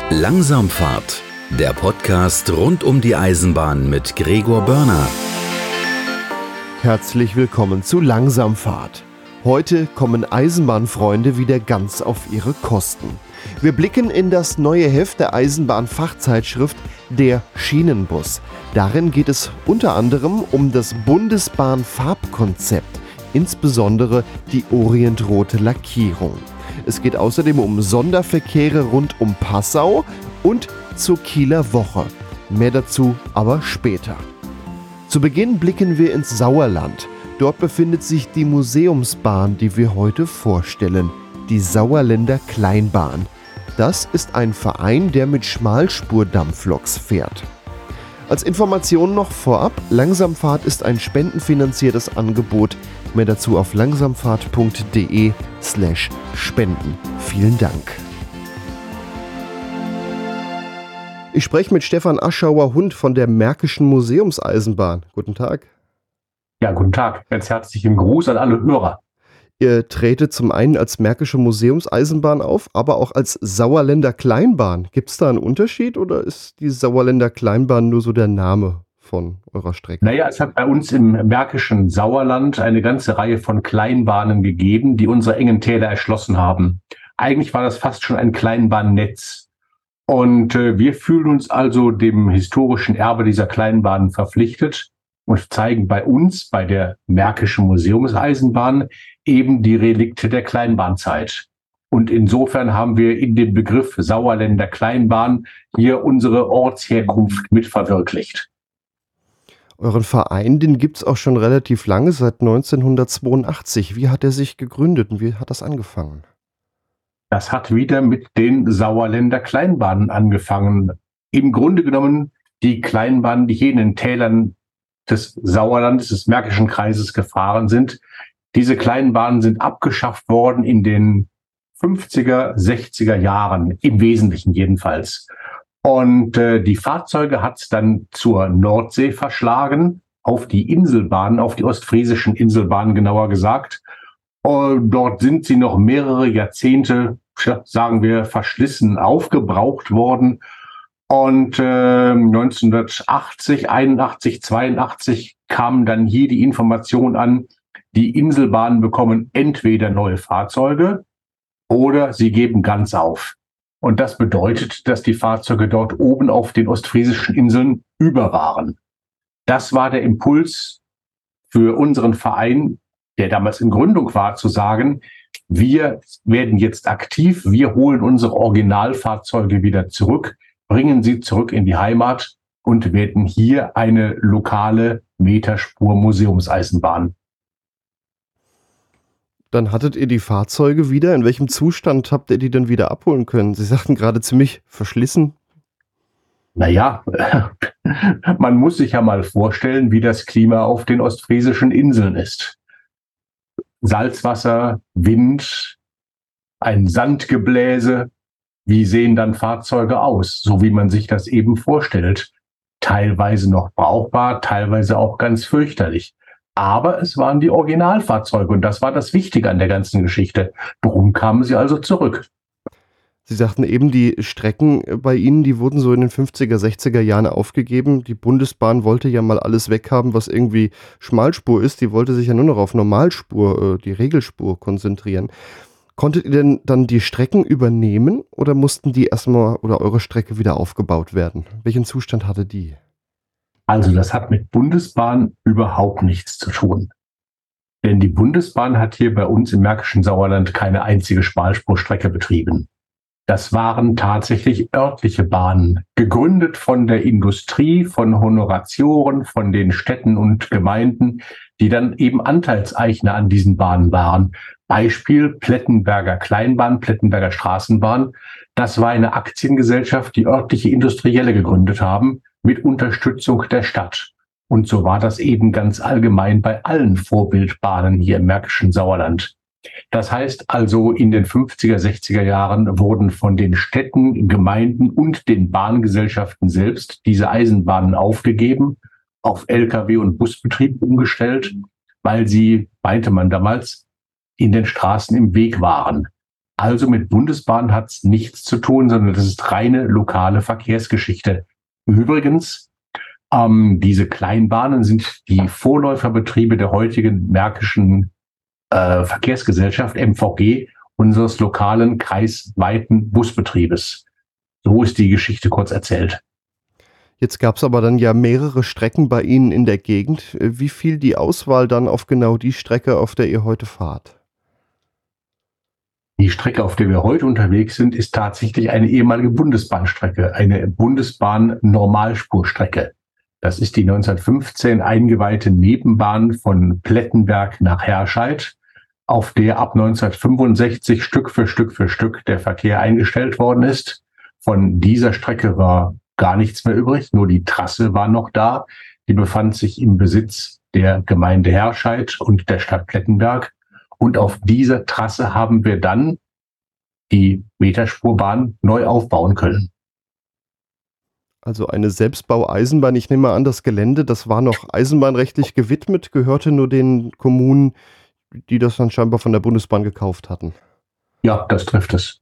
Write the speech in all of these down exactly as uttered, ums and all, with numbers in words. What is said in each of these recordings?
Langsamfahrt, der Podcast rund um die Eisenbahn mit Gregor Börner. Herzlich willkommen zu Langsamfahrt. Heute kommen Eisenbahnfreunde wieder ganz auf ihre Kosten. Wir blicken in das neue Heft der Eisenbahnfachzeitschrift Der Schienenbus. Darin geht es unter anderem um das Bundesbahn-Farbkonzept, insbesondere die orientrote Lackierung. Es geht außerdem um Sonderverkehre rund um Passau und zur Kieler Woche. Mehr dazu aber später. Zu Beginn blicken wir ins Sauerland. Dort befindet sich die Museumsbahn, die wir heute vorstellen, die Sauerländer Kleinbahn. Das ist ein Verein, der mit Schmalspurdampfloks fährt. Als Information noch vorab, Langsamfahrt ist ein spendenfinanziertes Angebot. Mehr dazu auf langsamfahrt.de slash spenden. Vielen Dank. Ich spreche mit Stefan Aschauer-Hund von der Märkischen Museumseisenbahn. Guten Tag. Ja, guten Tag. Ganz herzlichen Gruß an alle Hörer. Ihr tretet zum einen als Märkische Museumseisenbahn auf, aber auch als Sauerländer Kleinbahn. Gibt es da einen Unterschied oder ist die Sauerländer Kleinbahn nur so der Name von eurer Strecke? Naja, es hat bei uns im märkischen Sauerland eine ganze Reihe von Kleinbahnen gegeben, die unsere engen Täler erschlossen haben. Eigentlich war das fast schon ein Kleinbahnnetz. Und äh, wir fühlen uns also dem historischen Erbe dieser Kleinbahnen verpflichtet und zeigen bei uns, bei der Märkischen Museumseisenbahn, eben die Relikte der Kleinbahnzeit. Und insofern haben wir in dem Begriff Sauerländer Kleinbahn hier unsere Ortsherkunft mit verwirklicht. Euren Verein, den gibt es auch schon relativ lange, seit neunzehnhundertzweiundachtzig. Wie hat er sich gegründet und wie hat das angefangen? Das hat wieder mit den Sauerländer Kleinbahnen angefangen. Im Grunde genommen die Kleinbahnen, die hier in den Tälern des Sauerlandes, des Märkischen Kreises gefahren sind. Diese Kleinbahnen sind abgeschafft worden in den fünfziger, sechziger Jahren, im Wesentlichen jedenfalls. Und äh, die Fahrzeuge hat es dann zur Nordsee verschlagen, auf die Inselbahnen, auf die ostfriesischen Inselbahnen genauer gesagt. Und dort sind sie noch mehrere Jahrzehnte, sagen wir, verschlissen aufgebraucht worden. Und äh, neunzehnhundertachtzig, einundachtzig, zweiundachtzig kam dann hier die Information an, die Inselbahnen bekommen entweder neue Fahrzeuge oder sie geben ganz auf. Und das bedeutet, dass die Fahrzeuge dort oben auf den ostfriesischen Inseln über waren. Das war der Impuls für unseren Verein, der damals in Gründung war, zu sagen, wir werden jetzt aktiv, wir holen unsere Originalfahrzeuge wieder zurück, bringen sie zurück in die Heimat und werden hier eine lokale Meterspur-Museumseisenbahn. Dann hattet ihr die Fahrzeuge wieder. In welchem Zustand habt ihr die dann wieder abholen können? Sie sagten gerade ziemlich verschlissen. Naja, man muss sich ja mal vorstellen, wie das Klima auf den ostfriesischen Inseln ist. Salzwasser, Wind, ein Sandgebläse. Wie sehen dann Fahrzeuge aus? So wie man sich das eben vorstellt. Teilweise noch brauchbar, teilweise auch ganz fürchterlich. Aber es waren die Originalfahrzeuge und das war das Wichtige an der ganzen Geschichte. Warum kamen sie also zurück? Sie sagten eben, die Strecken bei Ihnen, die wurden so in den fünfziger, sechziger Jahren aufgegeben. Die Bundesbahn wollte ja mal alles weghaben, was irgendwie Schmalspur ist. Die wollte sich ja nur noch auf Normalspur, die Regelspur konzentrieren. Konntet ihr denn dann die Strecken übernehmen oder mussten die erstmal oder eure Strecke wieder aufgebaut werden? Welchen Zustand hatte die? Also das hat mit Bundesbahn überhaupt nichts zu tun. Denn die Bundesbahn hat hier bei uns im Märkischen Sauerland keine einzige Schmalspurstrecke betrieben. Das waren tatsächlich örtliche Bahnen, gegründet von der Industrie, von Honoratioren, von den Städten und Gemeinden, die dann eben Anteilseigner an diesen Bahnen waren. Beispiel Plettenberger Kleinbahn, Plettenberger Straßenbahn. Das war eine Aktiengesellschaft, die örtliche Industrielle gegründet haben, mit Unterstützung der Stadt. Und so war das eben ganz allgemein bei allen Vorbildbahnen hier im Märkischen Sauerland. Das heißt also, in den fünfziger, sechziger Jahren wurden von den Städten, Gemeinden und den Bahngesellschaften selbst diese Eisenbahnen aufgegeben, auf L K W- und Busbetrieb umgestellt, weil sie, meinte man damals, in den Straßen im Weg waren. Also mit Bundesbahn hat es nichts zu tun, sondern das ist reine lokale Verkehrsgeschichte. Übrigens, ähm, diese Kleinbahnen sind die Vorläuferbetriebe der heutigen Märkischen äh, Verkehrsgesellschaft, M V G, unseres lokalen kreisweiten Busbetriebes. So ist die Geschichte kurz erzählt. Jetzt gab es aber dann ja mehrere Strecken bei Ihnen in der Gegend. Wie fiel die Auswahl dann auf genau die Strecke, auf der ihr heute fahrt? Die Strecke, auf der wir heute unterwegs sind, ist tatsächlich eine ehemalige Bundesbahnstrecke, eine Bundesbahn-Normalspurstrecke. Das ist die neunzehnhundertfünfzehn eingeweihte Nebenbahn von Plettenberg nach Herscheid, auf der ab neunzehnhundertfünfundsechzig Stück für Stück für Stück der Verkehr eingestellt worden ist. Von dieser Strecke war gar nichts mehr übrig, nur die Trasse war noch da. Die befand sich im Besitz der Gemeinde Herscheid und der Stadt Plettenberg. Und auf dieser Trasse haben wir dann die Meterspurbahn neu aufbauen können. Also eine Selbstbau-Eisenbahn. Ich nehme an, das Gelände, das war noch eisenbahnrechtlich gewidmet, gehörte nur den Kommunen, die das dann scheinbar von der Bundesbahn gekauft hatten. Ja, das trifft es.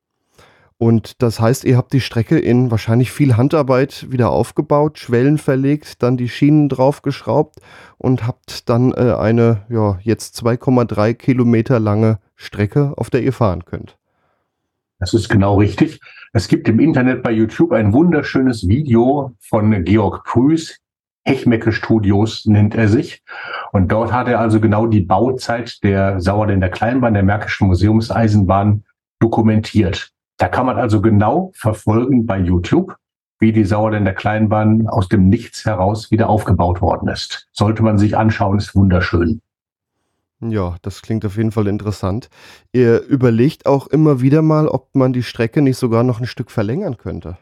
Und das heißt, ihr habt die Strecke in wahrscheinlich viel Handarbeit wieder aufgebaut, Schwellen verlegt, dann die Schienen draufgeschraubt und habt dann äh, eine ja, jetzt zwei Komma drei Kilometer lange Strecke, auf der ihr fahren könnt. Das ist genau richtig. Es gibt im Internet bei YouTube ein wunderschönes Video von Georg Prüß, Hechmecke Studios nennt er sich. Und dort hat er also genau die Bauzeit der Sauerländer Kleinbahn, der Märkischen Museumseisenbahn, dokumentiert. Da kann man also genau verfolgen bei YouTube, wie die Sauerländer Kleinbahn aus dem Nichts heraus wieder aufgebaut worden ist. Sollte man sich anschauen, ist wunderschön. Ja, das klingt auf jeden Fall interessant. Ihr überlegt auch immer wieder mal, ob man die Strecke nicht sogar noch ein Stück verlängern könnte.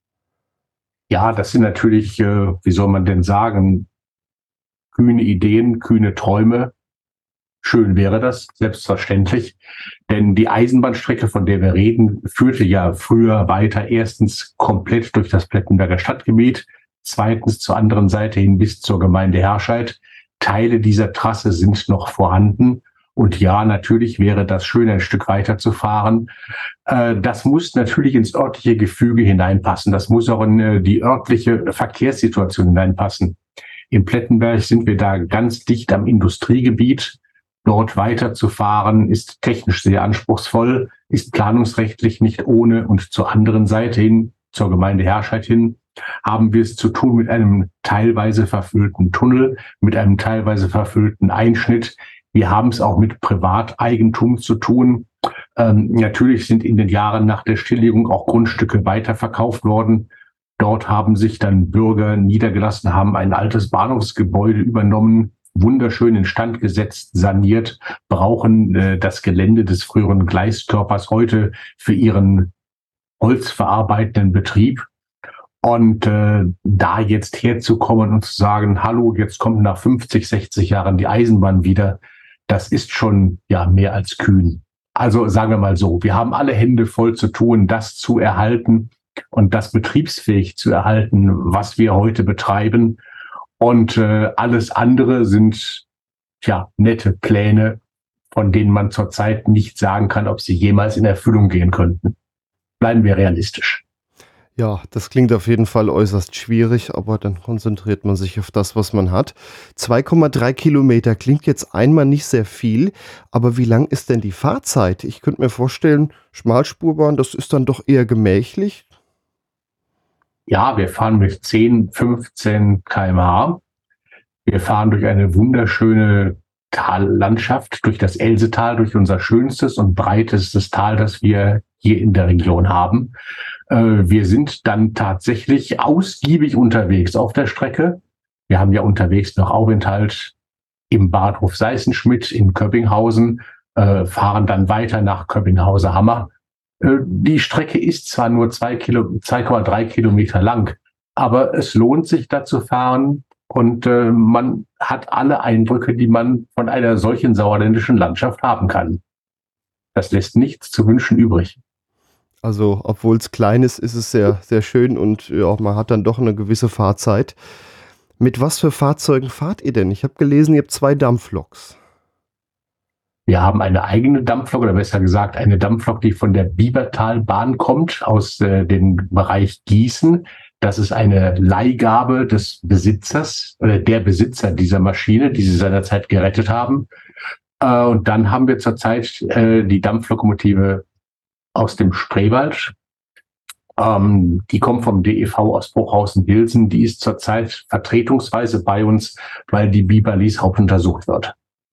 Ja, das sind natürlich, äh, wie soll man denn sagen, kühne Ideen, kühne Träume. Schön wäre das, selbstverständlich. Denn die Eisenbahnstrecke, von der wir reden, führte ja früher weiter erstens komplett durch das Plettenberger Stadtgebiet, zweitens zur anderen Seite hin bis zur Gemeinde Herscheid. Teile dieser Trasse sind noch vorhanden. Und ja, natürlich wäre das schön, ein Stück weiter zu fahren. Äh, das muss natürlich ins örtliche Gefüge hineinpassen. Das muss auch in äh, die örtliche Verkehrssituation hineinpassen. In Plettenberg sind wir da ganz dicht am Industriegebiet. Dort weiterzufahren ist technisch sehr anspruchsvoll, ist planungsrechtlich nicht ohne. Und zur anderen Seite hin, zur Gemeinde Herscheid hin, haben wir es zu tun mit einem teilweise verfüllten Tunnel, mit einem teilweise verfüllten Einschnitt. Wir haben es auch mit Privateigentum zu tun. Ähm, natürlich sind in den Jahren nach der Stilllegung auch Grundstücke weiterverkauft worden. Dort haben sich dann Bürger niedergelassen, haben ein altes Bahnhofsgebäude übernommen, wunderschön instand gesetzt, saniert, brauchen äh, das Gelände des früheren Gleiskörpers heute für ihren holzverarbeitenden Betrieb. Und äh, da jetzt herzukommen und zu sagen, hallo, jetzt kommt nach fünfzig, sechzig Jahren die Eisenbahn wieder, das ist schon ja mehr als kühn. Also sagen wir mal so, wir haben alle Hände voll zu tun, das zu erhalten und das betriebsfähig zu erhalten, was wir heute betreiben. Und äh, alles andere sind ja nette Pläne, von denen man zurzeit nicht sagen kann, ob sie jemals in Erfüllung gehen könnten. Bleiben wir realistisch. Ja, das klingt auf jeden Fall äußerst schwierig, aber dann konzentriert man sich auf das, was man hat. zwei Komma drei Kilometer klingt jetzt einmal nicht sehr viel, aber wie lang ist denn die Fahrzeit? Ich könnte mir vorstellen, Schmalspurbahn, das ist dann doch eher gemächlich. Ja, wir fahren mit zehn, fünfzehn Kilometer pro Stunde. Wir fahren durch eine wunderschöne Tallandschaft, durch das Elsetal, durch unser schönstes und breitestes Tal, das wir hier in der Region haben. Wir sind dann tatsächlich ausgiebig unterwegs auf der Strecke. Wir haben ja unterwegs noch Aufenthalt im Bahnhof Seißenschmidt in Köppinghausen, fahren dann weiter nach Köppinghausen-Hammer. Die Strecke ist zwar nur zwei Komma drei Kilometer lang, aber es lohnt sich da zu fahren und äh, man hat alle Eindrücke, die man von einer solchen sauerländischen Landschaft haben kann. Das lässt nichts zu wünschen übrig. Also, obwohl es klein ist, ist es sehr, sehr schön und ja, man hat dann doch eine gewisse Fahrzeit. Mit was für Fahrzeugen fahrt ihr denn? Ich habe gelesen, ihr habt zwei Dampfloks. Wir haben eine eigene Dampflok, oder besser gesagt eine Dampflok, die von der Biebertalbahn kommt, aus äh, dem Bereich Gießen. Das ist eine Leihgabe des Besitzers oder der Besitzer dieser Maschine, die sie seinerzeit gerettet haben. Äh, und dann haben wir zurzeit äh, die Dampflokomotive aus dem Spreewald. Ähm, die kommt vom D E V aus Bruchhausen-Bilsen. Die ist zurzeit vertretungsweise bei uns, weil die Bieberlies hauptuntersucht wird.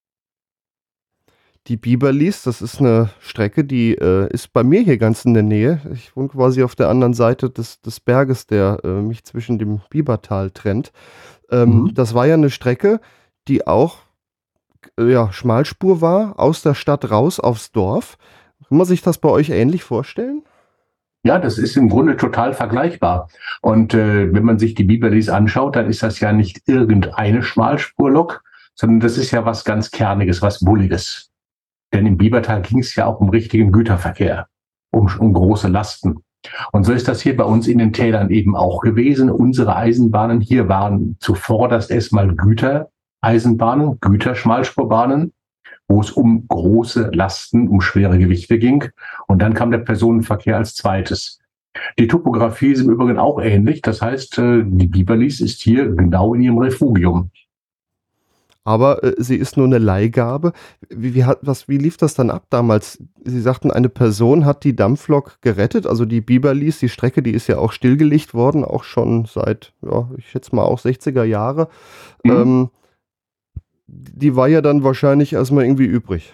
Die Bieberlies, das ist eine Strecke, die äh, ist bei mir hier ganz in der Nähe. Ich wohne quasi auf der anderen Seite des, des Berges, der äh, mich zwischen dem Biebertal trennt. Ähm, mhm. Das war ja eine Strecke, die auch äh, ja, Schmalspur war, aus der Stadt raus aufs Dorf. Kann man sich das bei euch ähnlich vorstellen? Ja, das ist im Grunde total vergleichbar. Und äh, wenn man sich die Bieberlies anschaut, dann ist das ja nicht irgendeine Schmalspurlok, sondern das ist ja was ganz Kerniges, was Bulliges. Denn im Biebertal ging es ja auch um richtigen Güterverkehr, um, um große Lasten. Und so ist das hier bei uns in den Tälern eben auch gewesen. Unsere Eisenbahnen hier waren zuvorderst erstmal Gütereisenbahnen, Güterschmalspurbahnen, wo es um große Lasten, um schwere Gewichte ging. Und dann kam der Personenverkehr als zweites. Die Topografie ist im Übrigen auch ähnlich. Das heißt, die Bieberlies ist hier genau in ihrem Refugium. Aber äh, sie ist nur eine Leihgabe. Wie, wie, hat, was, wie lief das dann ab damals? Sie sagten, eine Person hat die Dampflok gerettet, also die Bieberlies, die Strecke, die ist ja auch stillgelegt worden, auch schon seit, ja, ich schätze mal auch sechziger Jahre. Mhm. Ähm, die war ja dann wahrscheinlich erstmal irgendwie übrig.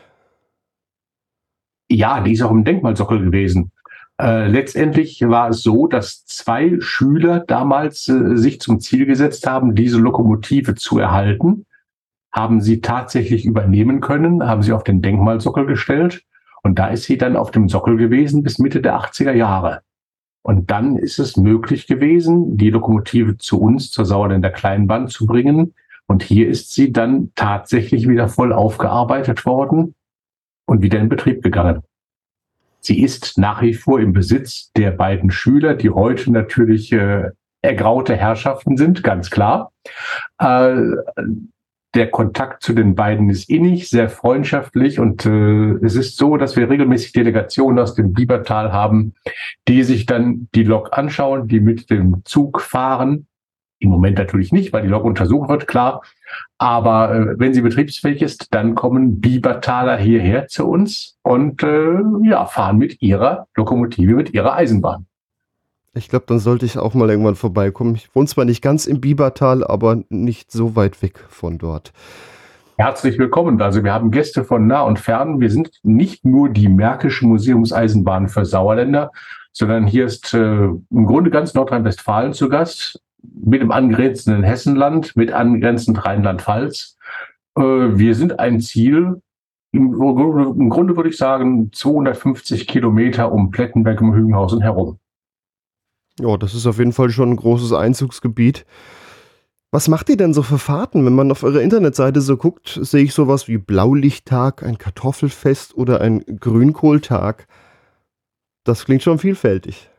Ja, die ist auch im Denkmalsockel gewesen. Äh, letztendlich war es so, dass zwei Schüler damals äh, sich zum Ziel gesetzt haben, diese Lokomotive zu erhalten. Haben sie tatsächlich übernehmen können, haben sie auf den Denkmalsockel gestellt. Und da ist sie dann auf dem Sockel gewesen bis Mitte der achtziger Jahre. Und dann ist es möglich gewesen, die Lokomotive zu uns, zur Sauerländer Kleinbahn zu bringen. Und hier ist sie dann tatsächlich wieder voll aufgearbeitet worden und wieder in Betrieb gegangen. Sie ist nach wie vor im Besitz der beiden Schüler, die heute natürlich äh, ergraute Herrschaften sind, ganz klar. Äh, Der Kontakt zu den beiden ist innig, sehr freundschaftlich und äh, es ist so, dass wir regelmäßig Delegationen aus dem Biebertal haben, die sich dann die Lok anschauen, die mit dem Zug fahren. Im Moment natürlich nicht, weil die Lok untersucht wird, klar. Aber äh, wenn sie betriebsfähig ist, dann kommen Biebertaler hierher zu uns und äh, ja, fahren mit ihrer Lokomotive, mit ihrer Eisenbahn. Ich glaube, dann sollte ich auch mal irgendwann vorbeikommen. Ich wohne zwar nicht ganz im Biebertal, aber nicht so weit weg von dort. Herzlich willkommen. Also wir haben Gäste von nah und fern. Wir sind nicht nur die Märkische Museumseisenbahn für Sauerländer, sondern hier ist äh, im Grunde ganz Nordrhein-Westfalen zu Gast, mit dem angrenzenden Hessenland, mit angrenzend Rheinland-Pfalz. Äh, wir sind ein Ziel, im, im Grunde würde ich sagen, zweihundertfünfzig Kilometer um Plettenberg im Hügenhausen herum. Ja, das ist auf jeden Fall schon ein großes Einzugsgebiet. Was macht ihr denn so für Fahrten? Wenn man auf eurer Internetseite so guckt, sehe ich sowas wie Blaulichttag, ein Kartoffelfest oder ein Grünkohltag. Das klingt schon vielfältig.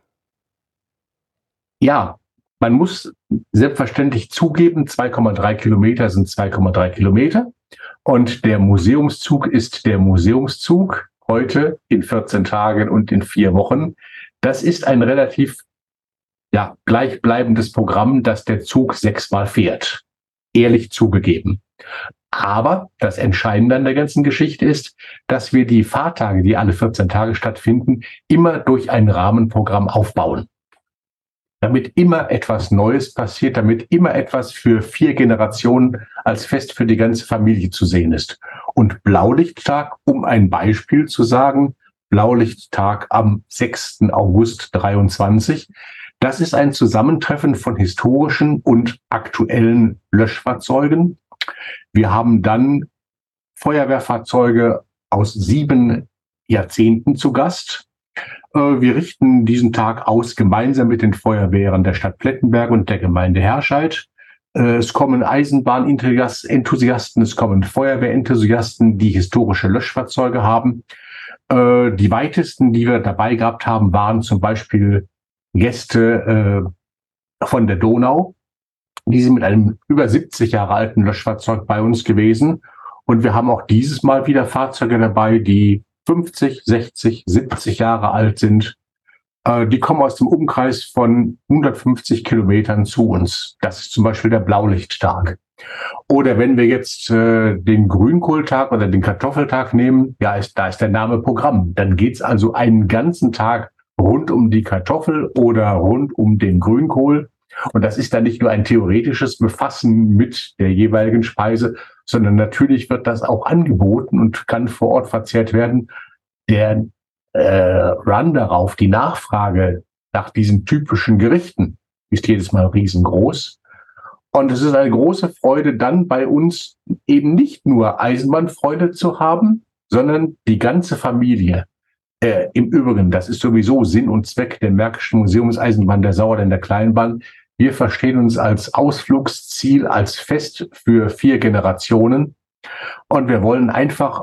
Ja, man muss selbstverständlich zugeben, zwei Komma drei Kilometer sind zwei Komma drei Kilometer. Und der Museumszug ist der Museumszug heute in vierzehn Tagen und in vier Wochen. Das ist ein relativ ja, gleichbleibendes Programm, das der Zug sechsmal fährt. Ehrlich zugegeben. Aber das Entscheidende an der ganzen Geschichte ist, dass wir die Fahrtage, die alle vierzehn Tage stattfinden, immer durch ein Rahmenprogramm aufbauen. Damit immer etwas Neues passiert, damit immer etwas für vier Generationen als Fest für die ganze Familie zu sehen ist. Und Blaulichttag, um ein Beispiel zu sagen, Blaulichttag am sechsten August dreiundzwanzig, das ist ein Zusammentreffen von historischen und aktuellen Löschfahrzeugen. Wir haben dann Feuerwehrfahrzeuge aus sieben Jahrzehnten zu Gast. Wir richten diesen Tag aus gemeinsam mit den Feuerwehren der Stadt Plettenberg und der Gemeinde Herscheid. Es kommen Eisenbahnenthusiasten, es kommen Feuerwehrenthusiasten, die historische Löschfahrzeuge haben. Die weitesten, die wir dabei gehabt haben, waren zum Beispiel Gäste äh, von der Donau. Die sind mit einem über siebzig Jahre alten Löschfahrzeug bei uns gewesen. Und wir haben auch dieses Mal wieder Fahrzeuge dabei, die fünfzig, sechzig, siebzig Jahre alt sind. Äh, die kommen aus dem Umkreis von hundertfünfzig Kilometern zu uns. Das ist zum Beispiel der Blaulichttag. Oder wenn wir jetzt äh, den Grünkohltag oder den Kartoffeltag nehmen, ja, ist, da ist der Name Programm. Dann geht's also einen ganzen Tag rund um die Kartoffel oder rund um den Grünkohl. Und das ist dann nicht nur ein theoretisches Befassen mit der jeweiligen Speise, sondern natürlich wird das auch angeboten und kann vor Ort verzehrt werden. Der äh, Run darauf, die Nachfrage nach diesen typischen Gerichten ist jedes Mal riesengroß. Und es ist eine große Freude, dann bei uns eben nicht nur Eisenbahnfreude zu haben, sondern die ganze Familie. Äh, Im Übrigen, das ist sowieso Sinn und Zweck der Märkischen Museumseisenbahn der Sauerländer Kleinbahn. Wir verstehen uns als Ausflugsziel, als Fest für vier Generationen. Und wir wollen einfach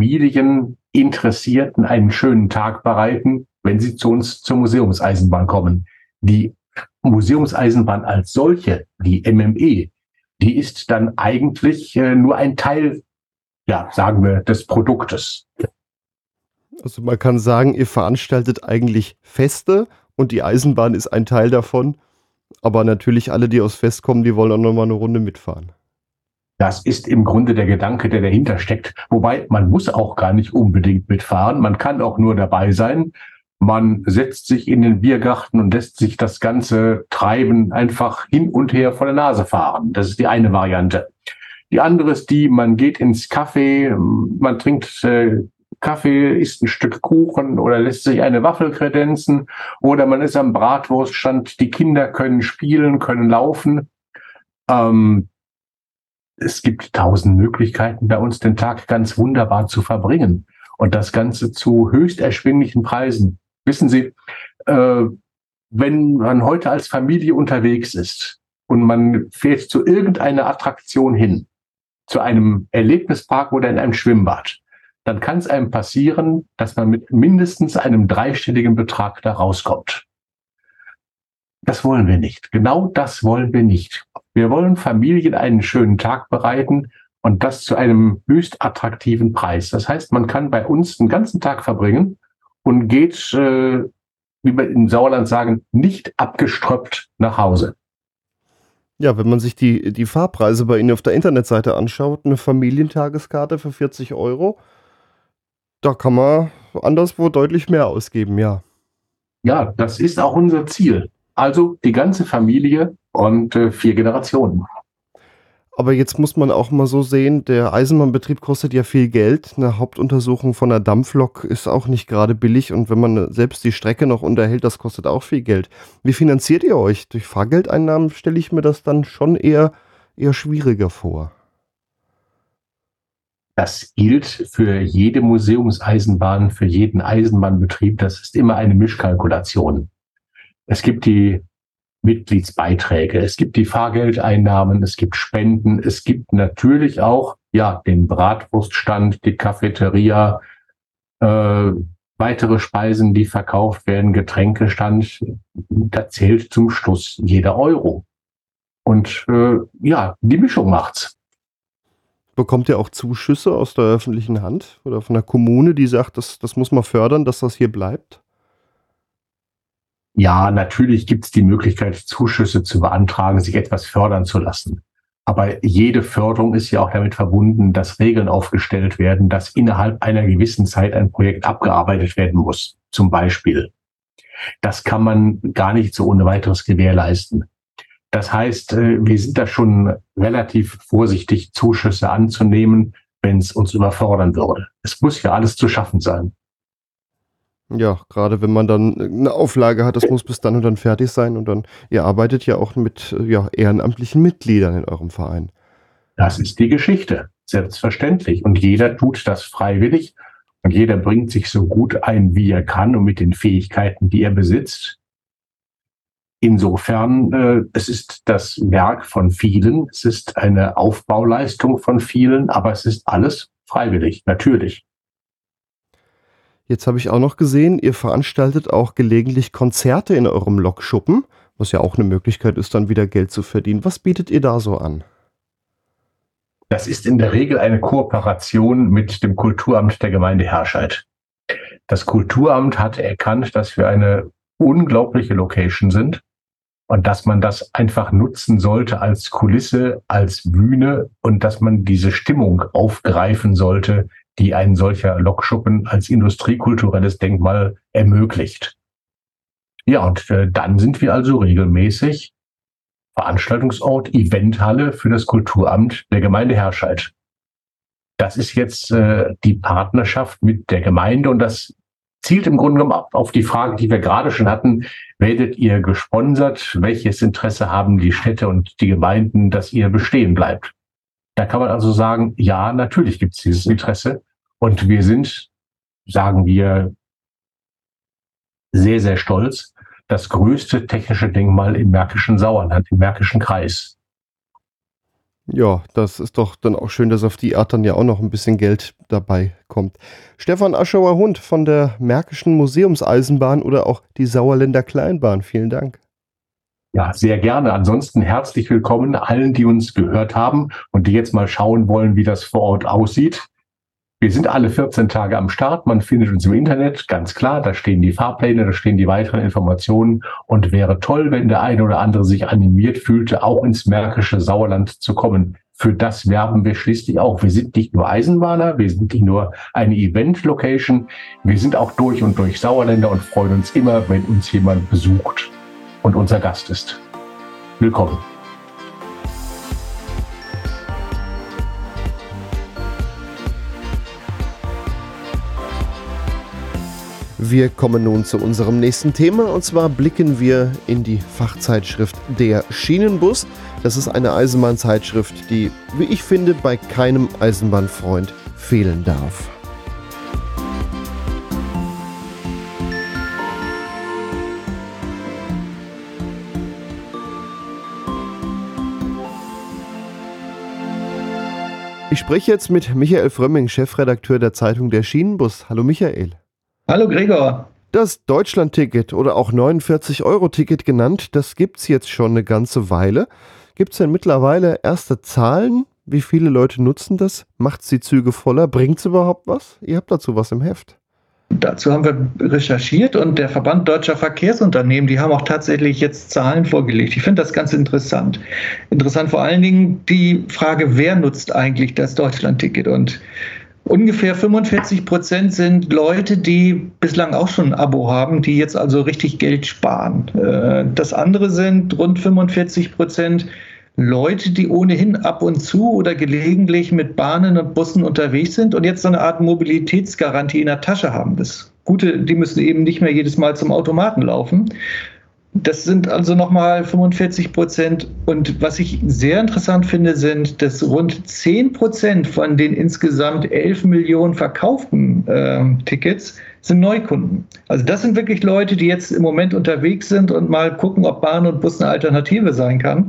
Familieninteressierten einen schönen Tag bereiten, wenn sie zu uns zur Museumseisenbahn kommen. Die Museumseisenbahn als solche, die M M E, die ist dann eigentlich äh, nur ein Teil, ja, sagen wir, des Produktes. Also man kann sagen, ihr veranstaltet eigentlich Feste und die Eisenbahn ist ein Teil davon. Aber natürlich alle, die aufs Fest kommen, die wollen auch nochmal eine Runde mitfahren. Das ist im Grunde der Gedanke, der dahinter steckt. Wobei, man muss auch gar nicht unbedingt mitfahren. Man kann auch nur dabei sein. Man setzt sich in den Biergarten und lässt sich das ganze Treiben einfach hin und her vor der Nase fahren. Das ist die eine Variante. Die andere ist die, man geht ins Café, man trinkt äh, Kaffee, isst ein Stück Kuchen oder lässt sich eine Waffel kredenzen oder man ist am Bratwurststand. Die Kinder können spielen, können laufen. Ähm, es gibt tausend Möglichkeiten, bei uns den Tag ganz wunderbar zu verbringen und das Ganze zu höchst erschwinglichen Preisen. Wissen Sie, äh, wenn man heute als Familie unterwegs ist und man fährt zu irgendeiner Attraktion hin, zu einem Erlebnispark oder in einem Schwimmbad, dann kann es einem passieren, dass man mit mindestens einem dreistelligen Betrag da rauskommt. Das wollen wir nicht. Genau das wollen wir nicht. Wir wollen Familien einen schönen Tag bereiten und das zu einem höchst attraktiven Preis. Das heißt, man kann bei uns den ganzen Tag verbringen und geht, äh, wie wir im Sauerland sagen, nicht abgeströppt nach Hause. Ja, wenn man sich die, die Fahrpreise bei Ihnen auf der Internetseite anschaut, eine Familientageskarte für vierzig Euro, da kann man anderswo deutlich mehr ausgeben, ja. Ja, das ist auch unser Ziel. Also die ganze Familie und äh, vier Generationen. Aber jetzt muss man auch mal so sehen, der Eisenbahnbetrieb kostet ja viel Geld. Eine Hauptuntersuchung von einer Dampflok ist auch nicht gerade billig. Und wenn man selbst die Strecke noch unterhält, das kostet auch viel Geld. Wie finanziert ihr euch? Durch Fahrgeldeinnahmen stelle ich mir das dann schon eher, eher schwieriger vor. Das gilt für jede Museumseisenbahn, für jeden Eisenbahnbetrieb. Das ist immer eine Mischkalkulation. Es gibt die Mitgliedsbeiträge, es gibt die Fahrgeldeinnahmen, es gibt Spenden, es gibt natürlich auch ja den Bratwurststand, die Cafeteria, äh, weitere Speisen, die verkauft werden, Getränkestand. Da zählt zum Schluss jeder Euro. Und äh, ja, die Mischung macht's. Bekommt ihr auch Zuschüsse aus der öffentlichen Hand oder von der Kommune, die sagt, das, das muss man fördern, dass das hier bleibt? Ja, natürlich gibt es die Möglichkeit, Zuschüsse zu beantragen, sich etwas fördern zu lassen. Aber jede Förderung ist ja auch damit verbunden, dass Regeln aufgestellt werden, dass innerhalb einer gewissen Zeit ein Projekt abgearbeitet werden muss, zum Beispiel. Das kann man gar nicht so ohne weiteres gewährleisten. Das heißt, wir sind da schon relativ vorsichtig, Zuschüsse anzunehmen, wenn es uns überfordern würde. Es muss ja alles zu schaffen sein. Ja, gerade wenn man dann eine Auflage hat, das muss bis dann und dann fertig sein und dann, ihr arbeitet ja auch mit ja, ehrenamtlichen Mitgliedern in eurem Verein. Das ist die Geschichte, selbstverständlich. Und jeder tut das freiwillig und jeder bringt sich so gut ein, wie er kann und mit den Fähigkeiten, die er besitzt. Insofern, äh, es ist das Werk von vielen, es ist eine Aufbauleistung von vielen, aber es ist alles freiwillig, natürlich. Jetzt habe ich auch noch gesehen, ihr veranstaltet auch gelegentlich Konzerte in eurem Lokschuppen, was ja auch eine Möglichkeit ist, dann wieder Geld zu verdienen. Was bietet ihr da so an? Das ist in der Regel eine Kooperation mit dem Kulturamt der Gemeinde Herscheid. Das Kulturamt hat erkannt, dass wir eine unglaubliche Location sind und dass man das einfach nutzen sollte als Kulisse, als Bühne und dass man diese Stimmung aufgreifen sollte, die ein solcher Lokschuppen als industriekulturelles Denkmal ermöglicht. Ja, und äh, dann sind wir also regelmäßig Veranstaltungsort, Eventhalle für das Kulturamt der Gemeinde Herscheid. Das ist jetzt äh, die Partnerschaft mit der Gemeinde und das zielt im Grunde genommen auf die Frage, die wir gerade schon hatten. Werdet ihr gesponsert? Welches Interesse haben die Städte und die Gemeinden, dass ihr bestehen bleibt? Da kann man also sagen, ja, natürlich gibt es dieses Interesse und wir sind, sagen wir, sehr, sehr stolz, das größte technische Denkmal im Märkischen Sauerland, im Märkischen Kreis. Ja, das ist doch dann auch schön, dass auf die Art dann ja auch noch ein bisschen Geld dabei kommt. Stefan Aschauer-Hund von der Märkischen Museumseisenbahn oder auch die Sauerländer Kleinbahn. Vielen Dank. Ja, sehr gerne. Ansonsten herzlich willkommen allen, die uns gehört haben und die jetzt mal schauen wollen, wie das vor Ort aussieht. Wir sind alle vierzehn Tage am Start. Man findet uns im Internet, ganz klar. Da stehen die Fahrpläne, da stehen die weiteren Informationen. Und wäre toll, wenn der eine oder andere sich animiert fühlte, auch ins Märkische Sauerland zu kommen. Für das werben wir schließlich auch. Wir sind nicht nur Eisenbahner, wir sind nicht nur eine Event-Location. Wir sind auch durch und durch Sauerländer und freuen uns immer, wenn uns jemand besucht und unser Gast ist. Willkommen. Wir kommen nun zu unserem nächsten Thema und zwar blicken wir in die Fachzeitschrift Der Schienenbus. Das ist eine Eisenbahnzeitschrift, die, wie ich finde, bei keinem Eisenbahnfreund fehlen darf. Ich spreche jetzt mit Michael Frömming, Chefredakteur der Zeitung Der Schienenbus. Hallo Michael. Hallo Gregor. Das Deutschland-Ticket oder auch neunundvierzig Euro Ticket genannt, das gibt es jetzt schon eine ganze Weile. Gibt es denn mittlerweile erste Zahlen? Wie viele Leute nutzen das? Macht es die Züge voller? Bringt es überhaupt was? Ihr habt dazu was im Heft. Dazu haben wir recherchiert und der Verband Deutscher Verkehrsunternehmen, die haben auch tatsächlich jetzt Zahlen vorgelegt. Ich finde das ganz interessant. Interessant vor allen Dingen die Frage, wer nutzt eigentlich das Deutschland-Ticket? Und ungefähr fünfundvierzig Prozent sind Leute, die bislang auch schon ein Abo haben, die jetzt also richtig Geld sparen. Das andere sind rund fünfundvierzig Prozent Leute, die ohnehin ab und zu oder gelegentlich mit Bahnen und Bussen unterwegs sind und jetzt so eine Art Mobilitätsgarantie in der Tasche haben. Das Gute, die müssen eben nicht mehr jedes Mal zum Automaten laufen. Das sind also nochmal fünfundvierzig Prozent. Und was ich sehr interessant finde, sind, dass rund zehn Prozent von den insgesamt elf Millionen verkauften äh, Tickets sind Neukunden. Also das sind wirklich Leute, die jetzt im Moment unterwegs sind und mal gucken, ob Bahn und Bus eine Alternative sein kann.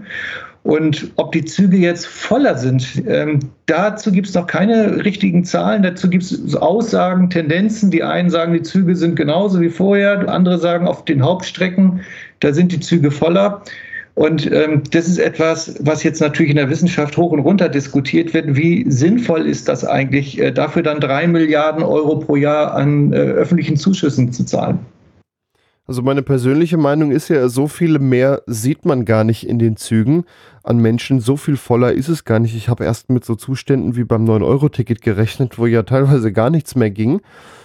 Und ob die Züge jetzt voller sind, ähm, dazu gibt es noch keine richtigen Zahlen. Dazu gibt es Aussagen, Tendenzen. Die einen sagen, die Züge sind genauso wie vorher. Andere sagen, auf den Hauptstrecken, da sind die Züge voller. Und ähm, das ist etwas, was jetzt natürlich in der Wissenschaft hoch und runter diskutiert wird. Wie sinnvoll ist das eigentlich, äh, dafür dann drei Milliarden Euro pro Jahr an äh, öffentlichen Zuschüssen zu zahlen? Also meine persönliche Meinung ist ja, so viele mehr sieht man gar nicht in den Zügen an Menschen. So viel voller ist es gar nicht. Ich habe erst mit so Zuständen wie beim neun Euro Ticket gerechnet, wo ja teilweise gar nichts mehr ging.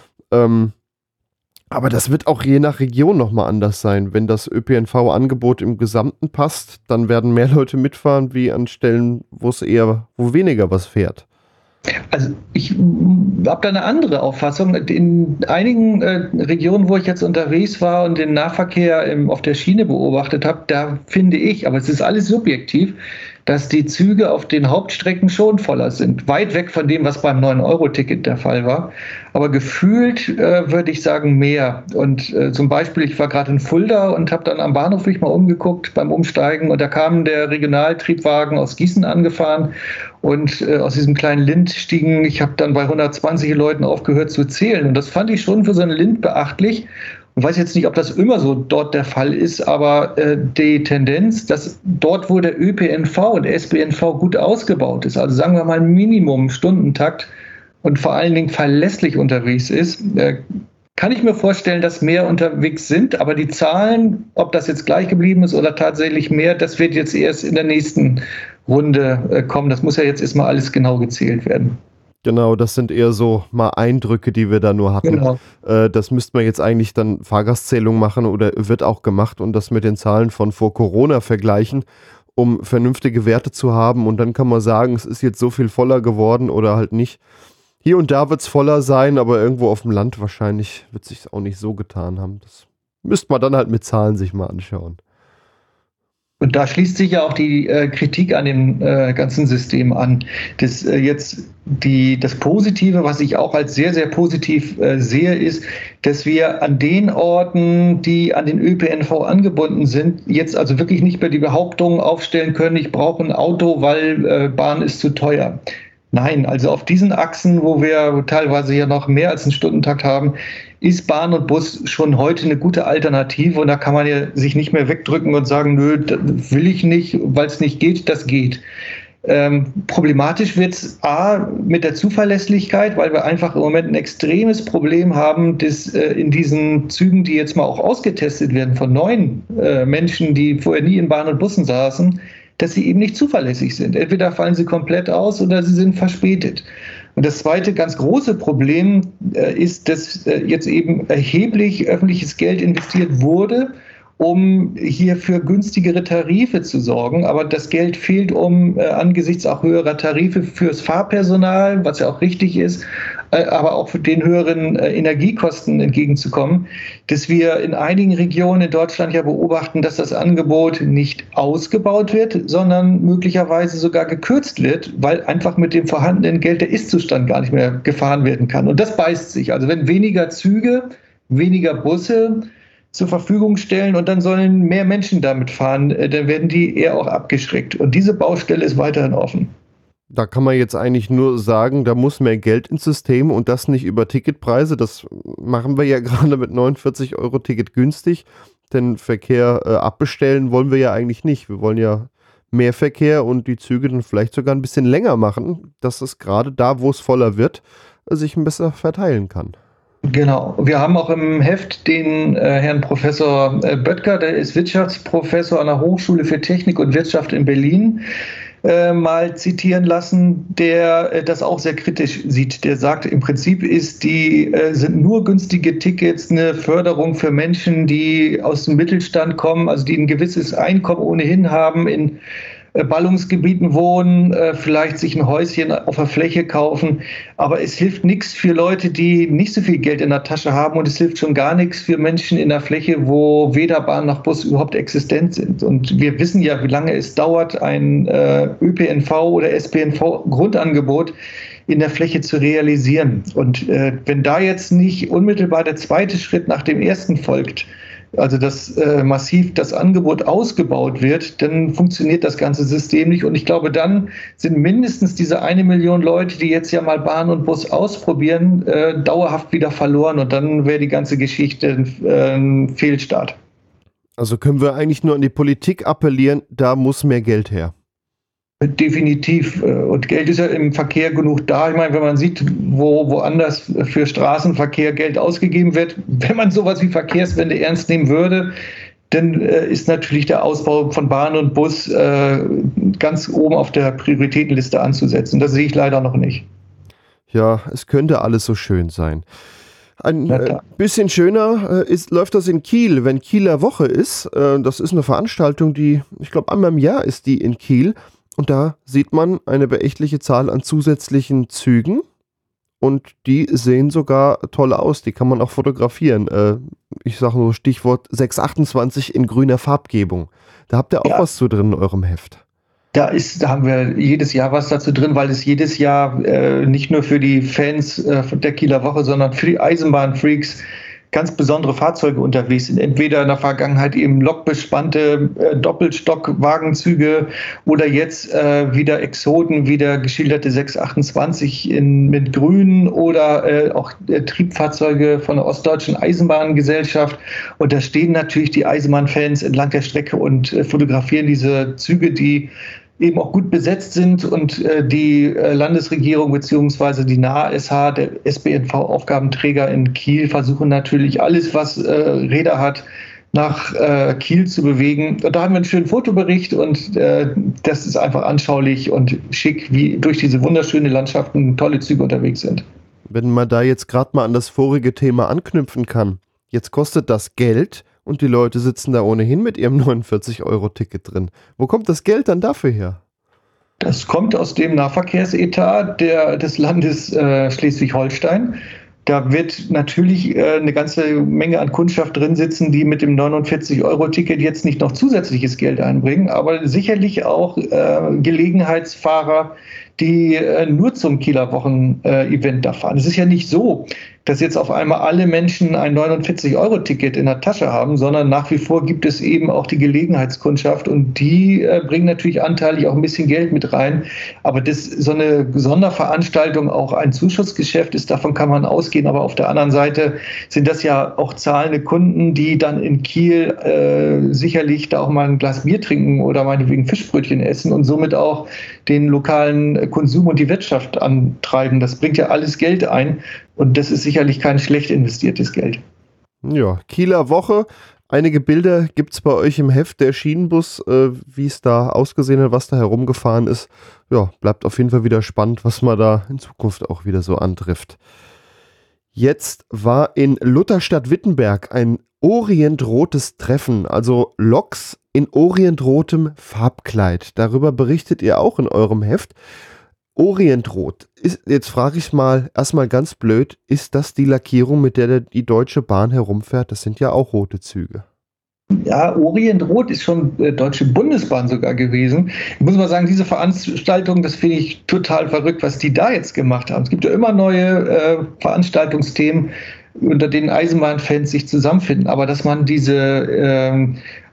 Ähm, aber das wird auch je nach Region nochmal anders sein. Wenn das Ö P N V-Angebot im Gesamten passt, dann werden mehr Leute mitfahren, wie an Stellen, wo es eher, wo weniger was fährt. Also ich habe da eine andere Auffassung. In einigen äh, Regionen, wo ich jetzt unterwegs war und den Nahverkehr im, auf der Schiene beobachtet habe, da finde ich, aber es ist alles subjektiv, dass die Züge auf den Hauptstrecken schon voller sind. Weit weg von dem, was beim neun Euro Ticket der Fall war. Aber gefühlt äh, würde ich sagen mehr. Und äh, zum Beispiel, ich war gerade in Fulda und habe dann am Bahnhof mich mal umgeguckt beim Umsteigen und da kam der Regionaltriebwagen aus Gießen angefahren und äh, aus diesem kleinen Lind stiegen, ich habe dann bei hundertzwanzig Leuten aufgehört zu zählen und das fand ich schon für so einen Lind beachtlich. Ich weiß jetzt nicht, ob das immer so dort der Fall ist, aber äh, die Tendenz, dass dort, wo der Ö P N V und S B N V gut ausgebaut ist, also sagen wir mal Minimum Stundentakt und vor allen Dingen verlässlich unterwegs ist, äh, kann ich mir vorstellen, dass mehr unterwegs sind, aber die Zahlen, ob das jetzt gleich geblieben ist oder tatsächlich mehr, das wird jetzt erst in der nächsten Runde äh, kommen. Das muss ja jetzt erstmal alles genau gezählt werden. Genau, das sind eher so mal Eindrücke, die wir da nur hatten. Genau. Äh, das müsste man jetzt eigentlich dann Fahrgastzählung machen oder wird auch gemacht und das mit den Zahlen von vor Corona vergleichen, um vernünftige Werte zu haben. Und dann kann man sagen, es ist jetzt so viel voller geworden oder halt nicht. Hier und da wird es voller sein, aber irgendwo auf dem Land wahrscheinlich wird es sich auch nicht so getan haben. Das müsste man dann halt mit Zahlen sich mal anschauen. Und da schließt sich ja auch die äh, Kritik an dem äh, ganzen System an. Das, äh, jetzt die, das Positive, was ich auch als sehr, sehr positiv äh, sehe, ist, dass wir an den Orten, die an den Ö P N V angebunden sind, jetzt also wirklich nicht mehr die Behauptung aufstellen können, ich brauche ein Auto, weil äh, Bahn ist zu teuer. Nein, also auf diesen Achsen, wo wir teilweise ja noch mehr als einen Stundentakt haben, ist Bahn und Bus schon heute eine gute Alternative und da kann man ja sich nicht mehr wegdrücken und sagen, nö, das will ich nicht, weil es nicht geht, das geht. Ähm, problematisch wird es A mit der Zuverlässigkeit, weil wir einfach im Moment ein extremes Problem haben, dass äh, in diesen Zügen, die jetzt mal auch ausgetestet werden von neuen äh, Menschen, die vorher nie in Bahn und Bussen saßen, dass sie eben nicht zuverlässig sind. Entweder fallen sie komplett aus oder sie sind verspätet. Und das zweite ganz große Problem äh, ist, dass äh, jetzt eben erheblich öffentliches Geld investiert wurde, um hier für günstigere Tarife zu sorgen. Aber das Geld fehlt, um äh, angesichts auch höherer Tarife fürs Fahrpersonal, was ja auch richtig ist, äh, aber auch für den höheren äh, Energiekosten entgegenzukommen, dass wir in einigen Regionen in Deutschland ja beobachten, dass das Angebot nicht ausgebaut wird, sondern möglicherweise sogar gekürzt wird, weil einfach mit dem vorhandenen Geld der Ist-Zustand gar nicht mehr gefahren werden kann. Und das beißt sich. Also wenn weniger Züge, weniger Busse zur Verfügung stellen und dann sollen mehr Menschen damit fahren, dann werden die eher auch abgeschreckt. Und diese Baustelle ist weiterhin offen. Da kann man jetzt eigentlich nur sagen, da muss mehr Geld ins System und das nicht über Ticketpreise. Das machen wir ja gerade mit neunundvierzig Euro Ticket günstig, denn Verkehr äh, abbestellen wollen wir ja eigentlich nicht. Wir wollen ja mehr Verkehr und die Züge dann vielleicht sogar ein bisschen länger machen, dass es gerade da, wo es voller wird, sich besser verteilen kann. Genau. Wir haben auch im Heft den äh, Herrn Professor äh, Böttger, der ist Wirtschaftsprofessor an der Hochschule für Technik und Wirtschaft in Berlin, äh, mal zitieren lassen, der äh, das auch sehr kritisch sieht. Der sagt, im Prinzip ist die, äh, sind nur günstige Tickets eine Förderung für Menschen, die aus dem Mittelstand kommen, also die ein gewisses Einkommen ohnehin haben, in Ballungsgebieten wohnen, vielleicht sich ein Häuschen auf der Fläche kaufen. Aber es hilft nichts für Leute, die nicht so viel Geld in der Tasche haben und es hilft schon gar nichts für Menschen in der Fläche, wo weder Bahn noch Bus überhaupt existent sind. Und wir wissen ja, wie lange es dauert, ein Ö P N V oder S P N V-Grundangebot in der Fläche zu realisieren. Und äh, wenn da jetzt nicht unmittelbar der zweite Schritt nach dem ersten folgt, also dass äh, massiv das Angebot ausgebaut wird, dann funktioniert das ganze System nicht. Und ich glaube, dann sind mindestens diese eine Million Leute, die jetzt ja mal Bahn und Bus ausprobieren, äh, dauerhaft wieder verloren. Und dann wäre die ganze Geschichte ein, äh, ein Fehlstart. Also können wir eigentlich nur an die Politik appellieren, da muss mehr Geld her. Definitiv. Und Geld ist ja im Verkehr genug da. Ich meine, wenn man sieht, wo woanders für Straßenverkehr Geld ausgegeben wird, wenn man sowas wie Verkehrswende ernst nehmen würde, dann ist natürlich der Ausbau von Bahn und Bus ganz oben auf der Prioritätenliste anzusetzen. Das sehe ich leider noch nicht. Ja, es könnte alles so schön sein. Ein äh, bisschen schöner äh, ist, läuft das in Kiel, wenn Kieler Woche ist. Äh, das ist eine Veranstaltung, die, ich glaube, einmal im Jahr ist die in Kiel. Und da sieht man eine beachtliche Zahl an zusätzlichen Zügen und die sehen sogar toll aus, die kann man auch fotografieren. Äh, ich sage nur Stichwort sechs achtundzwanzig in grüner Farbgebung. Da habt ihr auch ja was zu drin in eurem Heft. Da, ist, da haben wir jedes Jahr was dazu drin, weil es jedes Jahr äh, nicht nur für die Fans äh, der Kieler Woche, sondern für die Eisenbahnfreaks ganz besondere Fahrzeuge unterwegs sind. Entweder in der Vergangenheit eben lokbespannte äh, Doppelstockwagenzüge oder jetzt äh, wieder Exoten, wie der geschilderte sechs achtundzwanzig in, mit Grün oder äh, auch äh, Triebfahrzeuge von der Ostdeutschen Eisenbahngesellschaft. Und da stehen natürlich die Eisenbahnfans entlang der Strecke und äh, fotografieren diese Züge, die eben auch gut besetzt sind und äh, die äh, Landesregierung bzw. die N A S H, der S B N V-Aufgabenträger in Kiel, versuchen natürlich alles, was äh, Räder hat, nach äh, Kiel zu bewegen. Und da haben wir einen schönen Fotobericht und äh, das ist einfach anschaulich und schick, wie durch diese wunderschöne Landschaften tolle Züge unterwegs sind. Wenn man da jetzt gerade mal an das vorige Thema anknüpfen kann, jetzt kostet das Geld, und die Leute sitzen da ohnehin mit ihrem neunundvierzig Euro Ticket drin. Wo kommt das Geld dann dafür her? Das kommt aus dem Nahverkehrsetat der, des Landes äh, Schleswig-Holstein. Da wird natürlich äh, eine ganze Menge an Kundschaft drin sitzen, die mit dem neunundvierzig Euro Ticket jetzt nicht noch zusätzliches Geld einbringen, aber sicherlich auch äh, Gelegenheitsfahrer, die äh, nur zum Kieler Wochen-Event äh, da fahren. Es ist ja nicht so, dass jetzt auf einmal alle Menschen ein neunundvierzig Euro Ticket in der Tasche haben, sondern nach wie vor gibt es eben auch die Gelegenheitskundschaft und die äh, bringen natürlich anteilig auch ein bisschen Geld mit rein. Aber das, so eine Sonderveranstaltung auch ein Zuschussgeschäft ist, davon kann man ausgehen. Aber auf der anderen Seite sind das ja auch zahlende Kunden, die dann in Kiel äh, sicherlich da auch mal ein Glas Bier trinken oder meinetwegen Fischbrötchen essen und somit auch den lokalen Konsum und die Wirtschaft antreiben. Das bringt ja alles Geld ein. Und das ist sicherlich kein schlecht investiertes Geld. Ja, Kieler Woche. Einige Bilder gibt es bei euch im Heft, der Schienenbus, äh, wie es da ausgesehen hat, was da herumgefahren ist. Ja, bleibt auf jeden Fall wieder spannend, was man da in Zukunft auch wieder so antrifft. Jetzt war in Lutherstadt-Wittenberg ein orientrotes Treffen, also Loks in orientrotem Farbkleid. Darüber berichtet ihr auch in eurem Heft. Orientrot. Ist, jetzt frage ich mal, erstmal ganz blöd, ist das die Lackierung, mit der die Deutsche Bahn herumfährt? Das sind ja auch rote Züge. Ja, Orientrot ist schon äh, Deutsche Bundesbahn sogar gewesen. Ich muss mal sagen, diese Veranstaltung, das finde ich total verrückt, was die da jetzt gemacht haben. Es gibt ja immer neue äh, Veranstaltungsthemen, unter denen Eisenbahnfans sich zusammenfinden. Aber dass man diese äh,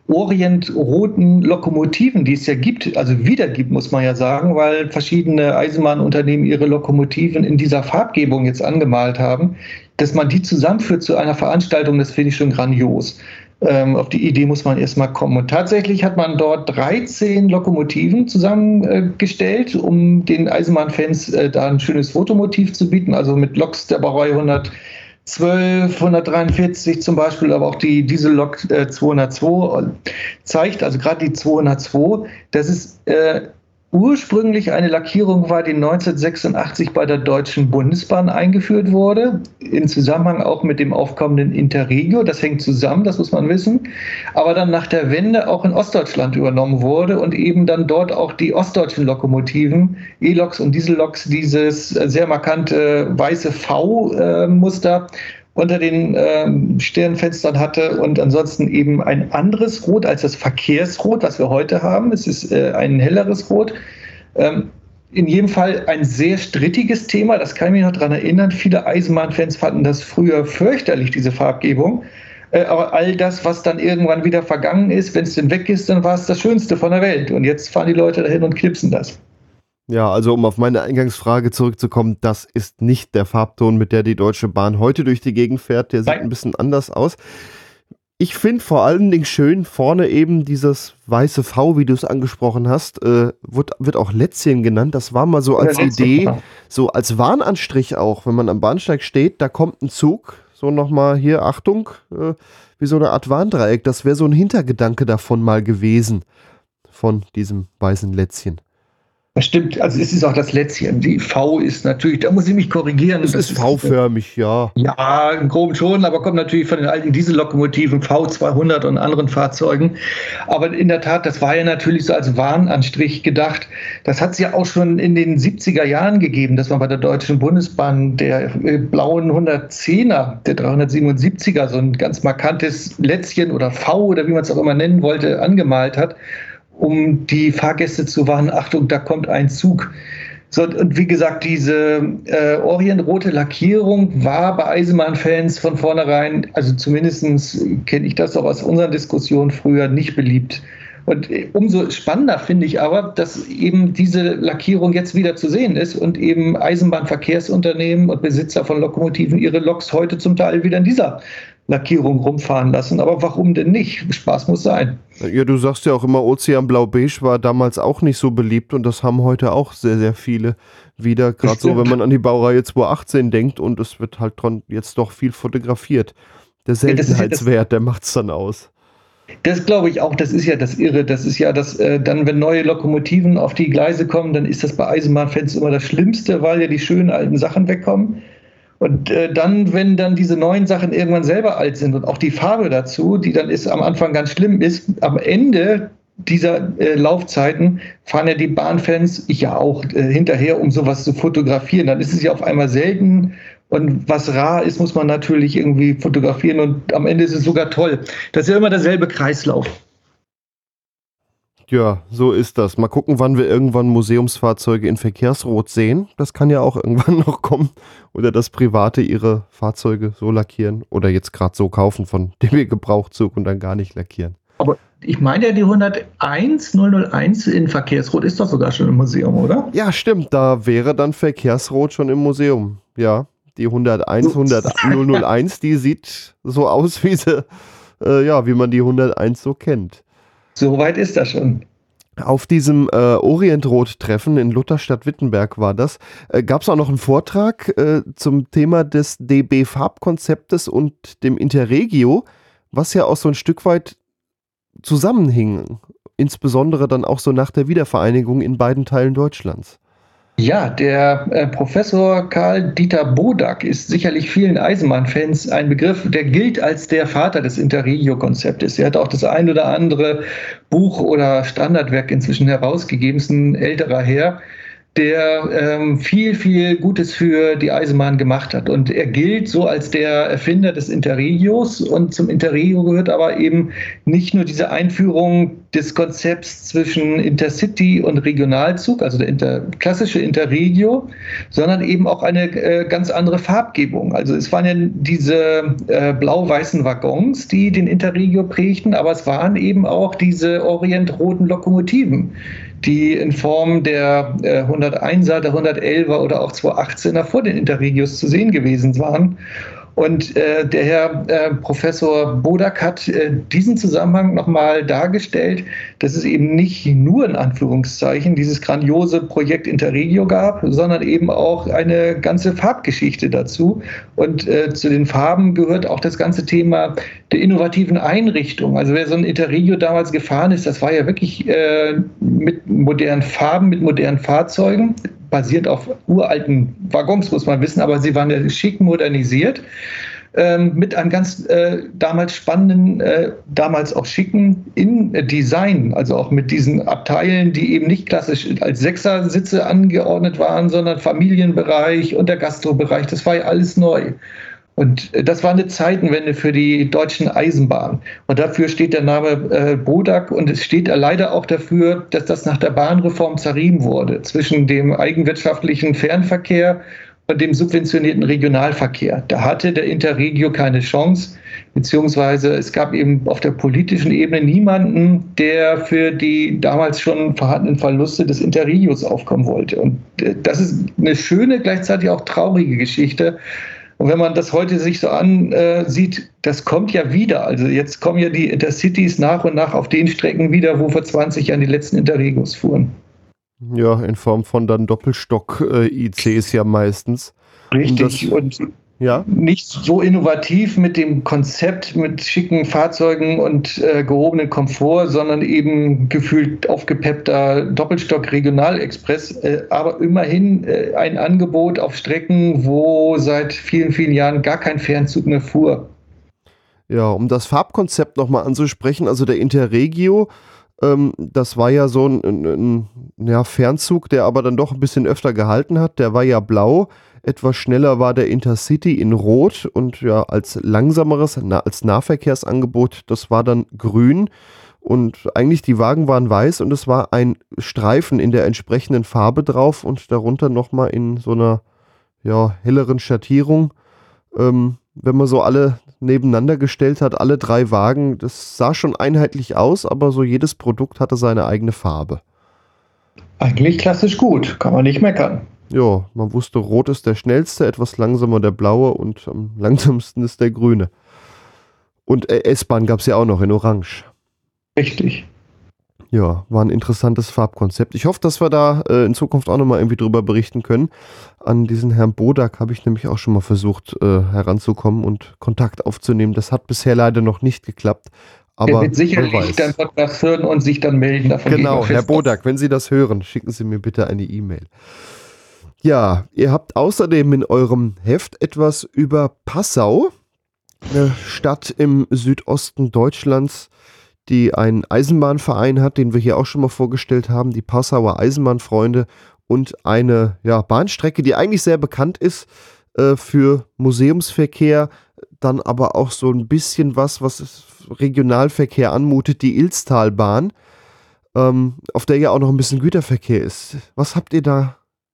orientroten Lokomotiven, die es ja gibt, also wieder gibt, muss man ja sagen, weil verschiedene Eisenbahnunternehmen ihre Lokomotiven in dieser Farbgebung jetzt angemalt haben, dass man die zusammenführt zu einer Veranstaltung, das finde ich schon grandios. Ähm, auf die Idee muss man erstmal kommen. Und tatsächlich hat man dort dreizehn Lokomotiven zusammengestellt, äh, um den Eisenbahnfans äh, da ein schönes Fotomotiv zu bieten, also mit Loks der Baureihe hundertzwölf, hundertdreiundvierzig zum Beispiel, aber auch die Diesellok äh, zweihundertzwei zeigt, also gerade die zweihundertzwei, dass es äh, ursprünglich eine Lackierung war, die neunzehnhundertsechsundachtzig bei der Deutschen Bundesbahn eingeführt wurde, in Zusammenhang auch mit dem aufkommenden Interregio. Das hängt zusammen, das muss man wissen. Aber dann nach der Wende auch in Ostdeutschland übernommen wurde und eben dann dort auch die ostdeutschen Lokomotiven, E-Loks und Dieselloks, dieses sehr markante weiße V-Muster unter den ähm, Stirnfenstern hatte und ansonsten eben ein anderes Rot als das Verkehrsrot, was wir heute haben. Es ist äh, ein helleres Rot. Ähm, in jedem Fall ein sehr strittiges Thema, das kann ich mich noch daran erinnern. Viele Eisenbahnfans fanden das früher fürchterlich, diese Farbgebung. Äh, aber all das, was dann irgendwann wieder vergangen ist, wenn es denn weg ist, dann war es das Schönste von der Welt. Und jetzt fahren die Leute dahin und knipsen das. Ja, also um auf meine Eingangsfrage zurückzukommen, das ist nicht der Farbton, mit der die Deutsche Bahn heute durch die Gegend fährt. Der sieht Nein. ein bisschen anders aus. Ich finde vor allen Dingen schön, vorne eben dieses weiße V, wie du es angesprochen hast, äh, wird, wird auch Lätzchen genannt. Das war mal so als Idee, so als Warnanstrich auch, wenn man am Bahnsteig steht, da kommt ein Zug, so nochmal hier, Achtung, äh, wie so eine Art Warndreieck. Das wäre so ein Hintergedanke davon mal gewesen, von diesem weißen Lätzchen. Das stimmt, also es ist auch das Lätzchen. Die V ist natürlich, da muss ich mich korrigieren. Es ist V-förmig, ja. Ja, grob schon, aber kommt natürlich von den alten Diesellokomotiven V zweihundert und anderen Fahrzeugen. Aber in der Tat, das war ja natürlich so als Warnanstrich gedacht. Das hat es ja auch schon in den siebziger Jahren gegeben, dass man bei der Deutschen Bundesbahn der blauen hundertzehner, der dreihundertsiebenundsiebziger, so ein ganz markantes Lätzchen oder V oder wie man es auch immer nennen wollte, angemalt hat, um die Fahrgäste zu warnen, Achtung, da kommt ein Zug. So, und wie gesagt, diese äh, orientrote Lackierung war bei Eisenbahnfans von vornherein, also zumindest kenne ich das auch aus unseren Diskussionen früher, nicht beliebt. Und umso spannender finde ich aber, dass eben diese Lackierung jetzt wieder zu sehen ist und eben Eisenbahnverkehrsunternehmen und Besitzer von Lokomotiven ihre Loks heute zum Teil wieder in dieser Lackierung rumfahren lassen. Aber warum denn nicht? Spaß muss sein. Ja, du sagst ja auch immer, Ozeanblau-Beige war damals auch nicht so beliebt und das haben heute auch sehr, sehr viele wieder. Gerade so, wenn man an die Baureihe zweitausendachtzehn denkt und es wird halt jetzt doch viel fotografiert. Der Seltenheitswert, der macht es dann aus. Das glaube ich auch, das ist ja das Irre. Das ist ja das, äh, dann, wenn neue Lokomotiven auf die Gleise kommen, dann ist das bei Eisenbahnfans immer das Schlimmste, weil ja die schönen alten Sachen wegkommen. Und äh, dann, wenn dann diese neuen Sachen irgendwann selber alt sind und auch die Farbe dazu, die dann ist am Anfang ganz schlimm ist, am Ende dieser äh, Laufzeiten fahren ja die Bahnfans, ich ja auch, äh, hinterher, um sowas zu fotografieren. Dann ist es ja auf einmal selten und was rar ist, muss man natürlich irgendwie fotografieren und am Ende ist es sogar toll. Das ist ja immer derselbe Kreislauf. Ja, so ist das. Mal gucken, wann wir irgendwann Museumsfahrzeuge in Verkehrsrot sehen. Das kann ja auch irgendwann noch kommen. Oder dass Private ihre Fahrzeuge so lackieren oder jetzt gerade so kaufen von dem Gebrauchtzug und dann gar nicht lackieren. Aber ich meine ja, die hunderteins null null eins in Verkehrsrot ist doch sogar schon im Museum, oder? Ja, stimmt. Da wäre dann Verkehrsrot schon im Museum. Ja, die hunderteins null null eins, die sieht so aus, wie sie, äh, ja, wie man die hunderteins so kennt. So weit ist das schon. Auf diesem äh, Orientrot-Treffen in Lutherstadt-Wittenberg war das, äh, gab es auch noch einen Vortrag äh, zum Thema des D B-Farbkonzeptes und dem Interregio, was ja auch so ein Stück weit zusammenhing, insbesondere dann auch so nach der Wiedervereinigung in beiden Teilen Deutschlands. Ja, der äh, Professor Karl-Dieter Bodak ist sicherlich vielen Eisenbahnfans ein Begriff, der gilt als der Vater des Interregio-Konzeptes. Er hat auch das ein oder andere Buch oder Standardwerk inzwischen herausgegeben, ist ein älterer Herr, der ähm, viel, viel Gutes für die Eisenbahn gemacht hat. Und er gilt so als der Erfinder des Interregios. Und zum Interregio gehört aber eben nicht nur diese Einführung des Konzepts zwischen Intercity und Regionalzug, also der inter, klassische Interregio, sondern eben auch eine äh, ganz andere Farbgebung. Also es waren ja diese äh, blau-weißen Waggons, die den Interregio prägten, aber es waren eben auch diese orientroten Lokomotiven, die in Form der äh, hunderteinser, der hundertelfer oder auch zweihundertachtzehner vor den Interregios zu sehen gewesen waren. Und äh, der Herr äh, Professor Bodak hat äh, diesen Zusammenhang nochmal dargestellt, dass es eben nicht nur in Anführungszeichen dieses grandiose Projekt Interregio gab, sondern eben auch eine ganze Farbgeschichte dazu. Und äh, zu den Farben gehört auch das ganze Thema der innovativen Einrichtung. Also wer so ein Interregio damals gefahren ist, das war ja wirklich äh, mit modernen Farben, mit modernen Fahrzeugen, basiert auf uralten Waggons, muss man wissen, aber sie waren ja schick modernisiert, ähm, mit einem ganz äh, damals spannenden, äh, damals auch schicken In-Design, also auch mit diesen Abteilen, die eben nicht klassisch als Sechsersitze angeordnet waren, sondern Familienbereich und der Gastrobereich, das war ja alles neu. Und das war eine Zeitenwende für die deutschen Eisenbahnen. Und dafür steht der Name äh, Bodak und es steht leider auch dafür, dass das nach der Bahnreform zerrieben wurde zwischen dem eigenwirtschaftlichen Fernverkehr und dem subventionierten Regionalverkehr. Da hatte der Interregio keine Chance, beziehungsweise es gab eben auf der politischen Ebene niemanden, der für die damals schon vorhandenen Verluste des Interregios aufkommen wollte. Und äh, das ist eine schöne, gleichzeitig auch traurige Geschichte. Und wenn man das heute sich so ansieht, das kommt ja wieder. Also jetzt kommen ja die Intercities nach und nach auf den Strecken wieder, wo vor zwanzig Jahren die letzten Interregios fuhren. Ja, in Form von dann Doppelstock-I Cs ja meistens. Richtig. Und, das, und ja? Nicht so innovativ mit dem Konzept, mit schicken Fahrzeugen und äh, gehobenen Komfort, sondern eben gefühlt aufgepeppter Doppelstock-Regionalexpress. Äh, aber immerhin äh, ein Angebot auf Strecken, wo seit vielen, vielen Jahren gar kein Fernzug mehr fuhr. Ja, um das Farbkonzept nochmal anzusprechen, also der Interregio, ähm, das war ja so ein, ein, ein ja, Fernzug, der aber dann doch ein bisschen öfter gehalten hat. Der war ja blau. Etwas schneller war der Intercity in Rot und ja, als langsameres, na, als Nahverkehrsangebot, das war dann grün. Und eigentlich die Wagen waren weiß und es war ein Streifen in der entsprechenden Farbe drauf und darunter nochmal in so einer ja, helleren Schattierung. Ähm, wenn man so alle nebeneinander gestellt hat, alle drei Wagen, das sah schon einheitlich aus, aber so jedes Produkt hatte seine eigene Farbe. Eigentlich klassisch gut, kann man nicht meckern. Ja, man wusste, rot ist der schnellste, etwas langsamer der blaue und am langsamsten ist der grüne. Und äh, S-Bahn gab es ja auch noch in Orange. Richtig. Ja, war ein interessantes Farbkonzept. Ich hoffe, dass wir da äh, in Zukunft auch nochmal irgendwie drüber berichten können. An diesen Herrn Bodak habe ich nämlich auch schon mal versucht äh, heranzukommen und Kontakt aufzunehmen. Das hat bisher leider noch nicht geklappt. Aber er wird sicherlich dein Podcast hören und sich dann melden. Davon genau, Herr Bodak, wenn Sie das hören, schicken Sie mir bitte eine E-Mail. Ja, ihr habt außerdem in eurem Heft etwas über Passau, eine Stadt im Südosten Deutschlands, die einen Eisenbahnverein hat, den wir hier auch schon mal vorgestellt haben, die Passauer Eisenbahnfreunde, und eine ja, Bahnstrecke, die eigentlich sehr bekannt ist äh, für Museumsverkehr, dann aber auch so ein bisschen was, was Regionalverkehr anmutet, die Ilztalbahn, ähm, auf der ja auch noch ein bisschen Güterverkehr ist. Was habt ihr da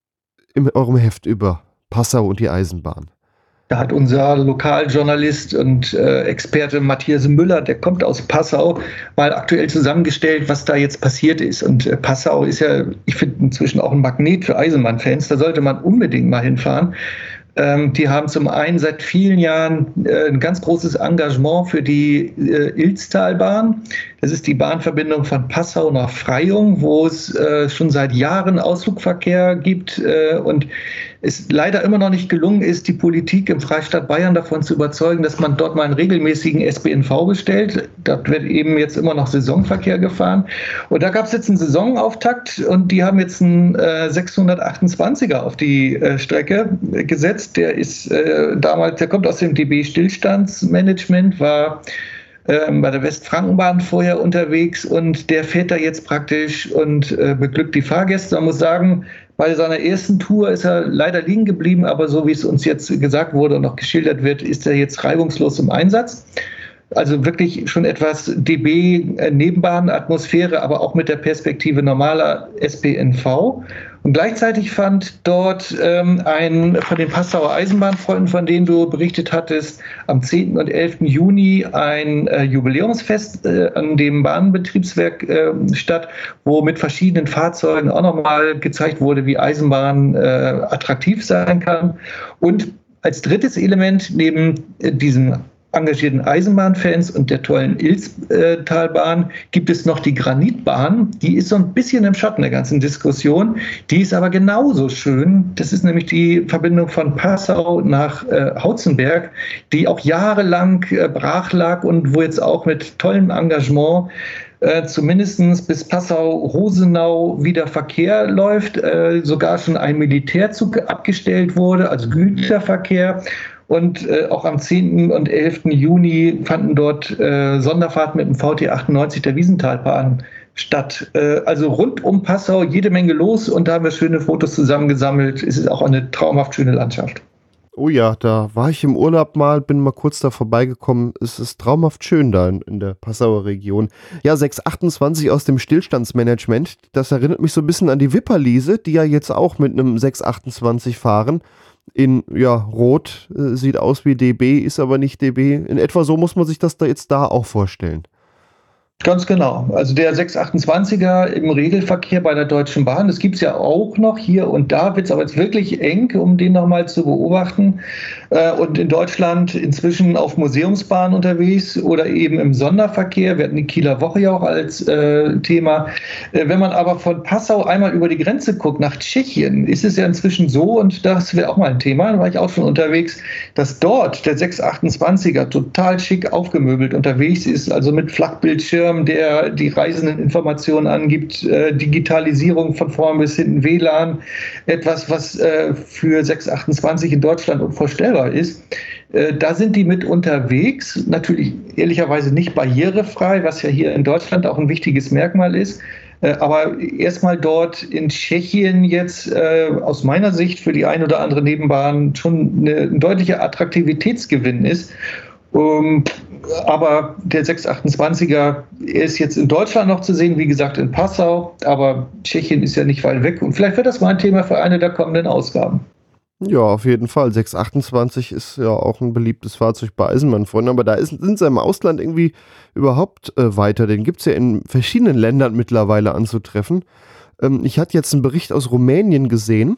in eurem Heft über Passau und die Eisenbahn? Da hat unser Lokaljournalist und äh, Experte Matthias Müller, der kommt aus Passau, mal aktuell zusammengestellt, was da jetzt passiert ist. Und äh, Passau ist ja, ich finde, inzwischen auch ein Magnet für Eisenbahnfans. Da sollte man unbedingt mal hinfahren. Ähm, die haben zum einen seit vielen Jahren äh, ein ganz großes Engagement für die äh, Ilztalbahn. Das ist die Bahnverbindung von Passau nach Freyung, wo es äh, schon seit Jahren Ausflugverkehr gibt äh, und es leider immer noch nicht gelungen ist, die Politik im Freistaat Bayern davon zu überzeugen, dass man dort mal einen regelmäßigen S B N V bestellt. Dort wird eben jetzt immer noch Saisonverkehr gefahren. Und da gab es jetzt einen Saisonauftakt und die haben jetzt einen äh, sechshundertachtundzwanziger auf die äh, Strecke gesetzt. Der ist äh, damals, der kommt aus dem D B Stillstandsmanagement, war ähm, bei der Westfrankenbahn vorher unterwegs und der fährt da jetzt praktisch und äh, beglückt die Fahrgäste. Man muss sagen, bei seiner ersten Tour ist er leider liegen geblieben, aber so wie es uns jetzt gesagt wurde und noch geschildert wird, ist er jetzt reibungslos im Einsatz. Also wirklich schon etwas D B-Nebenbahnatmosphäre, aber auch mit der Perspektive normaler S B N V. Und gleichzeitig fand dort ähm, ein von den Passauer Eisenbahnfreunden, von denen du berichtet hattest, am zehnten und elften Juni ein äh, Jubiläumsfest äh, an dem Bahnbetriebswerk äh, statt, wo mit verschiedenen Fahrzeugen auch nochmal gezeigt wurde, wie Eisenbahn äh, attraktiv sein kann. Und als drittes Element neben äh, diesem engagierten Eisenbahnfans und der tollen Ilztalbahn gibt es noch die Granitbahn. Die ist so ein bisschen im Schatten der ganzen Diskussion. Die ist aber genauso schön. Das ist nämlich die Verbindung von Passau nach äh, Hautzenberg, die auch jahrelang äh, brach lag und wo jetzt auch mit tollem Engagement äh, zumindest bis Passau-Rosenau wieder Verkehr läuft, äh, sogar schon ein Militärzug abgestellt wurde, also Güterverkehr. Und äh, auch am zehnten und elften Juni fanden dort äh, Sonderfahrten mit dem V T achtundneunzig der Wiesentalbahn statt. Äh, also rund um Passau jede Menge los und da haben wir schöne Fotos zusammengesammelt. Es ist auch eine traumhaft schöne Landschaft. Oh ja, da war ich im Urlaub mal, bin mal kurz da vorbeigekommen. Es ist traumhaft schön da in, in der Passauer Region. Ja, sechs achtundzwanzig aus dem Stillstandsmanagement, das erinnert mich so ein bisschen an die Wipperliese, die ja jetzt auch mit einem sechs achtundzwanzig fahren. In, ja, Rot, äh, sieht aus wie D B, ist aber nicht D B. In etwa so muss man sich das da jetzt da auch vorstellen. Ganz genau. Also der sechs achtundzwanziger im Regelverkehr bei der Deutschen Bahn, das gibt es ja auch noch hier und da, wird es aber jetzt wirklich eng, um den nochmal zu beobachten. Und in Deutschland inzwischen auf Museumsbahn unterwegs oder eben im Sonderverkehr. Wir hatten die Kieler Woche ja auch als äh, Thema. Wenn man aber von Passau einmal über die Grenze guckt nach Tschechien, ist es ja inzwischen so, und das wäre auch mal ein Thema, da war ich auch schon unterwegs, dass dort der sechs achtundzwanziger total schick aufgemöbelt unterwegs ist, also mit Flachbildschirm, der die reisenden Informationen angibt, äh, Digitalisierung von vorn bis hinten, W L A N, etwas, was äh, für sechs achtundzwanzig in Deutschland unvorstellbar ist. Äh, da sind die mit unterwegs, natürlich ehrlicherweise nicht barrierefrei, was ja hier in Deutschland auch ein wichtiges Merkmal ist. Äh, aber erstmal dort in Tschechien jetzt äh, aus meiner Sicht für die ein oder andere Nebenbahn schon eine, ein deutlicher Attraktivitätsgewinn ist. Um, aber der sechs achtundzwanziger ist jetzt in Deutschland noch zu sehen, wie gesagt in Passau, aber Tschechien ist ja nicht weit weg und vielleicht wird das mal ein Thema für eine der kommenden Ausgaben. Ja, auf jeden Fall. sechs achtundzwanzig ist ja auch ein beliebtes Fahrzeug bei Eisenbahnfreunden, aber da ist, sind sie im Ausland irgendwie überhaupt äh, weiter. Den gibt es ja in verschiedenen Ländern mittlerweile anzutreffen. Ähm, ich hatte jetzt einen Bericht aus Rumänien gesehen.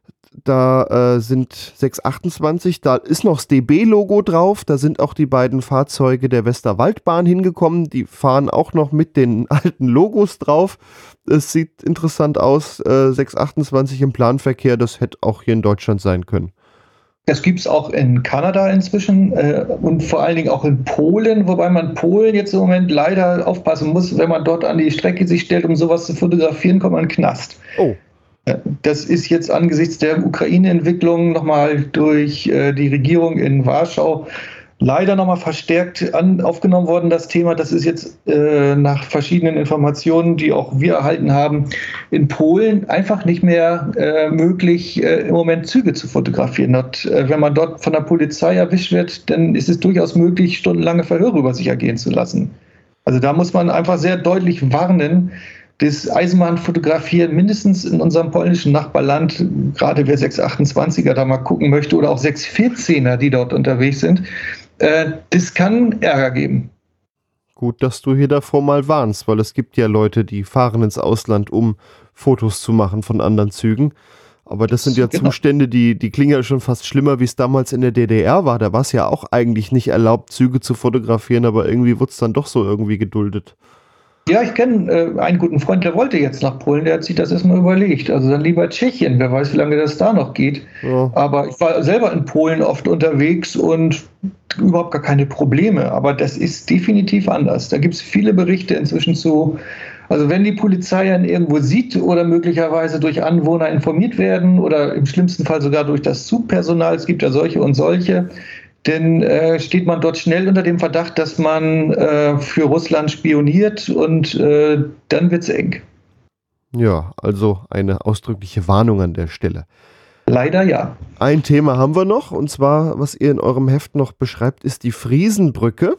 Da äh, sind sechs achtundzwanzig, da ist noch das D B-Logo drauf, da sind auch die beiden Fahrzeuge der Westerwaldbahn hingekommen, die fahren auch noch mit den alten Logos drauf. Es sieht interessant aus, äh, sechs achtundzwanzig im Planverkehr, das hätte auch hier in Deutschland sein können. Das gibt es auch in Kanada inzwischen äh, und vor allen Dingen auch in Polen, wobei man Polen jetzt im Moment leider aufpassen muss, wenn man dort an die Strecke sich stellt, um sowas zu fotografieren, kommt man in den Knast. Oh. Das ist jetzt angesichts der Ukraine-Entwicklung nochmal durch äh, die Regierung in Warschau leider nochmal verstärkt an, aufgenommen worden, das Thema. Das ist jetzt äh, nach verschiedenen Informationen, die auch wir erhalten haben, in Polen einfach nicht mehr äh, möglich, äh, im Moment Züge zu fotografieren. Dort, äh, wenn man dort von der Polizei erwischt wird, dann ist es durchaus möglich, stundenlange Verhöre über sich ergehen zu lassen. Also da muss man einfach sehr deutlich warnen, das Eisenbahnfotografieren mindestens in unserem polnischen Nachbarland, gerade wer sechs achtundzwanziger da mal gucken möchte oder auch sechs vierzehner, die dort unterwegs sind, äh, das kann Ärger geben. Gut, dass du hier davor mal warnst, weil es gibt ja Leute, die fahren ins Ausland, um Fotos zu machen von anderen Zügen. Aber das sind ja genau. Zustände, die, die klingen ja schon fast schlimmer, wie es damals in der D D R war. Da war es ja auch eigentlich nicht erlaubt, Züge zu fotografieren, aber irgendwie wurde es dann doch so irgendwie geduldet. Ja, ich kenne äh, einen guten Freund, der wollte jetzt nach Polen, der hat sich das erstmal überlegt. Also dann lieber Tschechien, wer weiß, wie lange das da noch geht. Ja. Aber ich war selber in Polen oft unterwegs und überhaupt gar keine Probleme. Aber das ist definitiv anders. Da gibt es viele Berichte inzwischen zu. Also wenn die Polizei einen irgendwo sieht oder möglicherweise durch Anwohner informiert werden oder im schlimmsten Fall sogar durch das Zugpersonal, es gibt ja solche und solche, dann äh, steht man dort schnell unter dem Verdacht, dass man äh, für Russland spioniert und äh, dann wird's eng. Ja, also eine ausdrückliche Warnung an der Stelle. Leider ja. Ein Thema haben wir noch, und zwar, was ihr in eurem Heft noch beschreibt, ist die Friesenbrücke.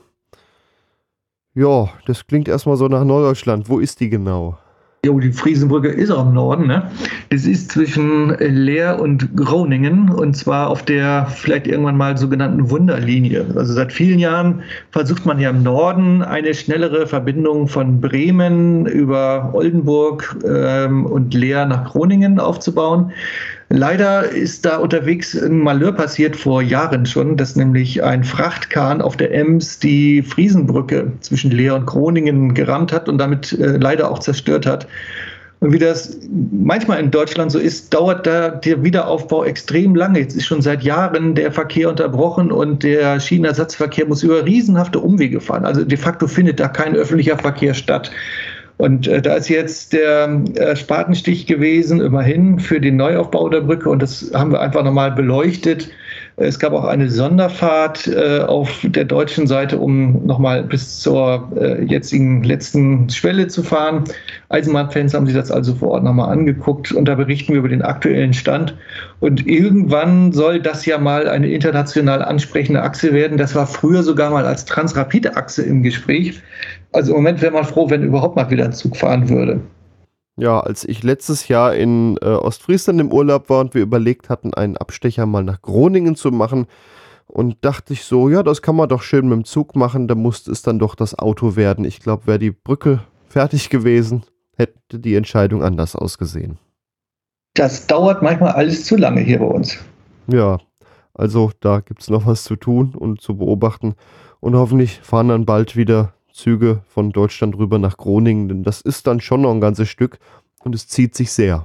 Ja, das klingt erstmal so nach Norddeutschland. Wo ist die genau? Jo, die Friesenbrücke ist auch im Norden, ne? Das ist zwischen Leer und Groningen und zwar auf der vielleicht irgendwann mal sogenannten Wunderlinie. Also seit vielen Jahren versucht man ja im Norden eine schnellere Verbindung von Bremen über Oldenburg ähm, und Leer nach Groningen aufzubauen. Leider ist da unterwegs ein Malheur passiert vor Jahren schon, dass nämlich ein Frachtkahn auf der Ems die Friesenbrücke zwischen Leer und Groningen gerammt hat und damit äh, leider auch zerstört hat. Und wie das manchmal in Deutschland so ist, dauert da der Wiederaufbau extrem lange. Jetzt ist schon seit Jahren der Verkehr unterbrochen und der Schienenersatzverkehr muss über riesenhafte Umwege fahren. Also de facto findet da kein öffentlicher Verkehr statt. Und äh, da ist jetzt der äh, Spatenstich gewesen, immerhin, für den Neuaufbau der Brücke. Und das haben wir einfach nochmal beleuchtet. Es gab auch eine Sonderfahrt äh, auf der deutschen Seite, um nochmal bis zur äh, jetzigen letzten Schwelle zu fahren. Eisenbahnfans haben sich das also vor Ort nochmal angeguckt. Und da berichten wir über den aktuellen Stand. Und irgendwann soll das ja mal eine international ansprechende Achse werden. Das war früher sogar mal als Transrapid-Achse im Gespräch. Also im Moment wäre man froh, wenn überhaupt mal wieder ein Zug fahren würde. Ja, als ich letztes Jahr in äh, Ostfriesland im Urlaub war und wir überlegt hatten, einen Abstecher mal nach Groningen zu machen, und dachte ich so, ja, das kann man doch schön mit dem Zug machen, da musste es dann doch das Auto werden. Ich glaube, wäre die Brücke fertig gewesen, hätte die Entscheidung anders ausgesehen. Das dauert manchmal alles zu lange hier bei uns. Ja, also da gibt es noch was zu tun und zu beobachten, und hoffentlich fahren dann bald wieder Züge von Deutschland rüber nach Groningen, denn das ist dann schon noch ein ganzes Stück und es zieht sich sehr.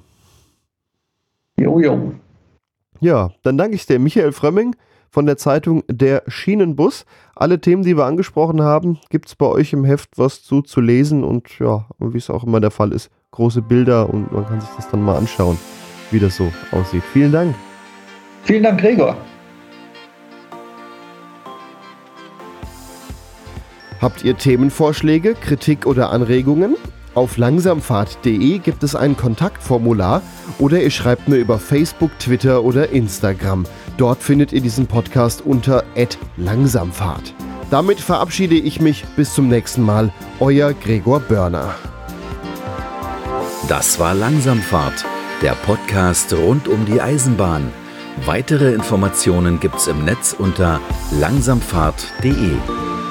Jo, jo. Ja, dann danke ich dir, Michael Frömming von der Zeitung Der Schienenbus. Alle Themen, die wir angesprochen haben, gibt es bei euch im Heft was zu, zu lesen und ja, wie es auch immer der Fall ist, große Bilder und man kann sich das dann mal anschauen, wie das so aussieht. Vielen Dank. Vielen Dank, Gregor. Habt ihr Themenvorschläge, Kritik oder Anregungen? Auf langsamfahrt punkt de gibt es ein Kontaktformular oder ihr schreibt mir über Facebook, Twitter oder Instagram. Dort findet ihr diesen Podcast unter at langsamfahrt. Damit verabschiede ich mich bis zum nächsten Mal. Euer Gregor Börner. Das war Langsamfahrt, der Podcast rund um die Eisenbahn. Weitere Informationen gibt's im Netz unter langsamfahrt punkt de.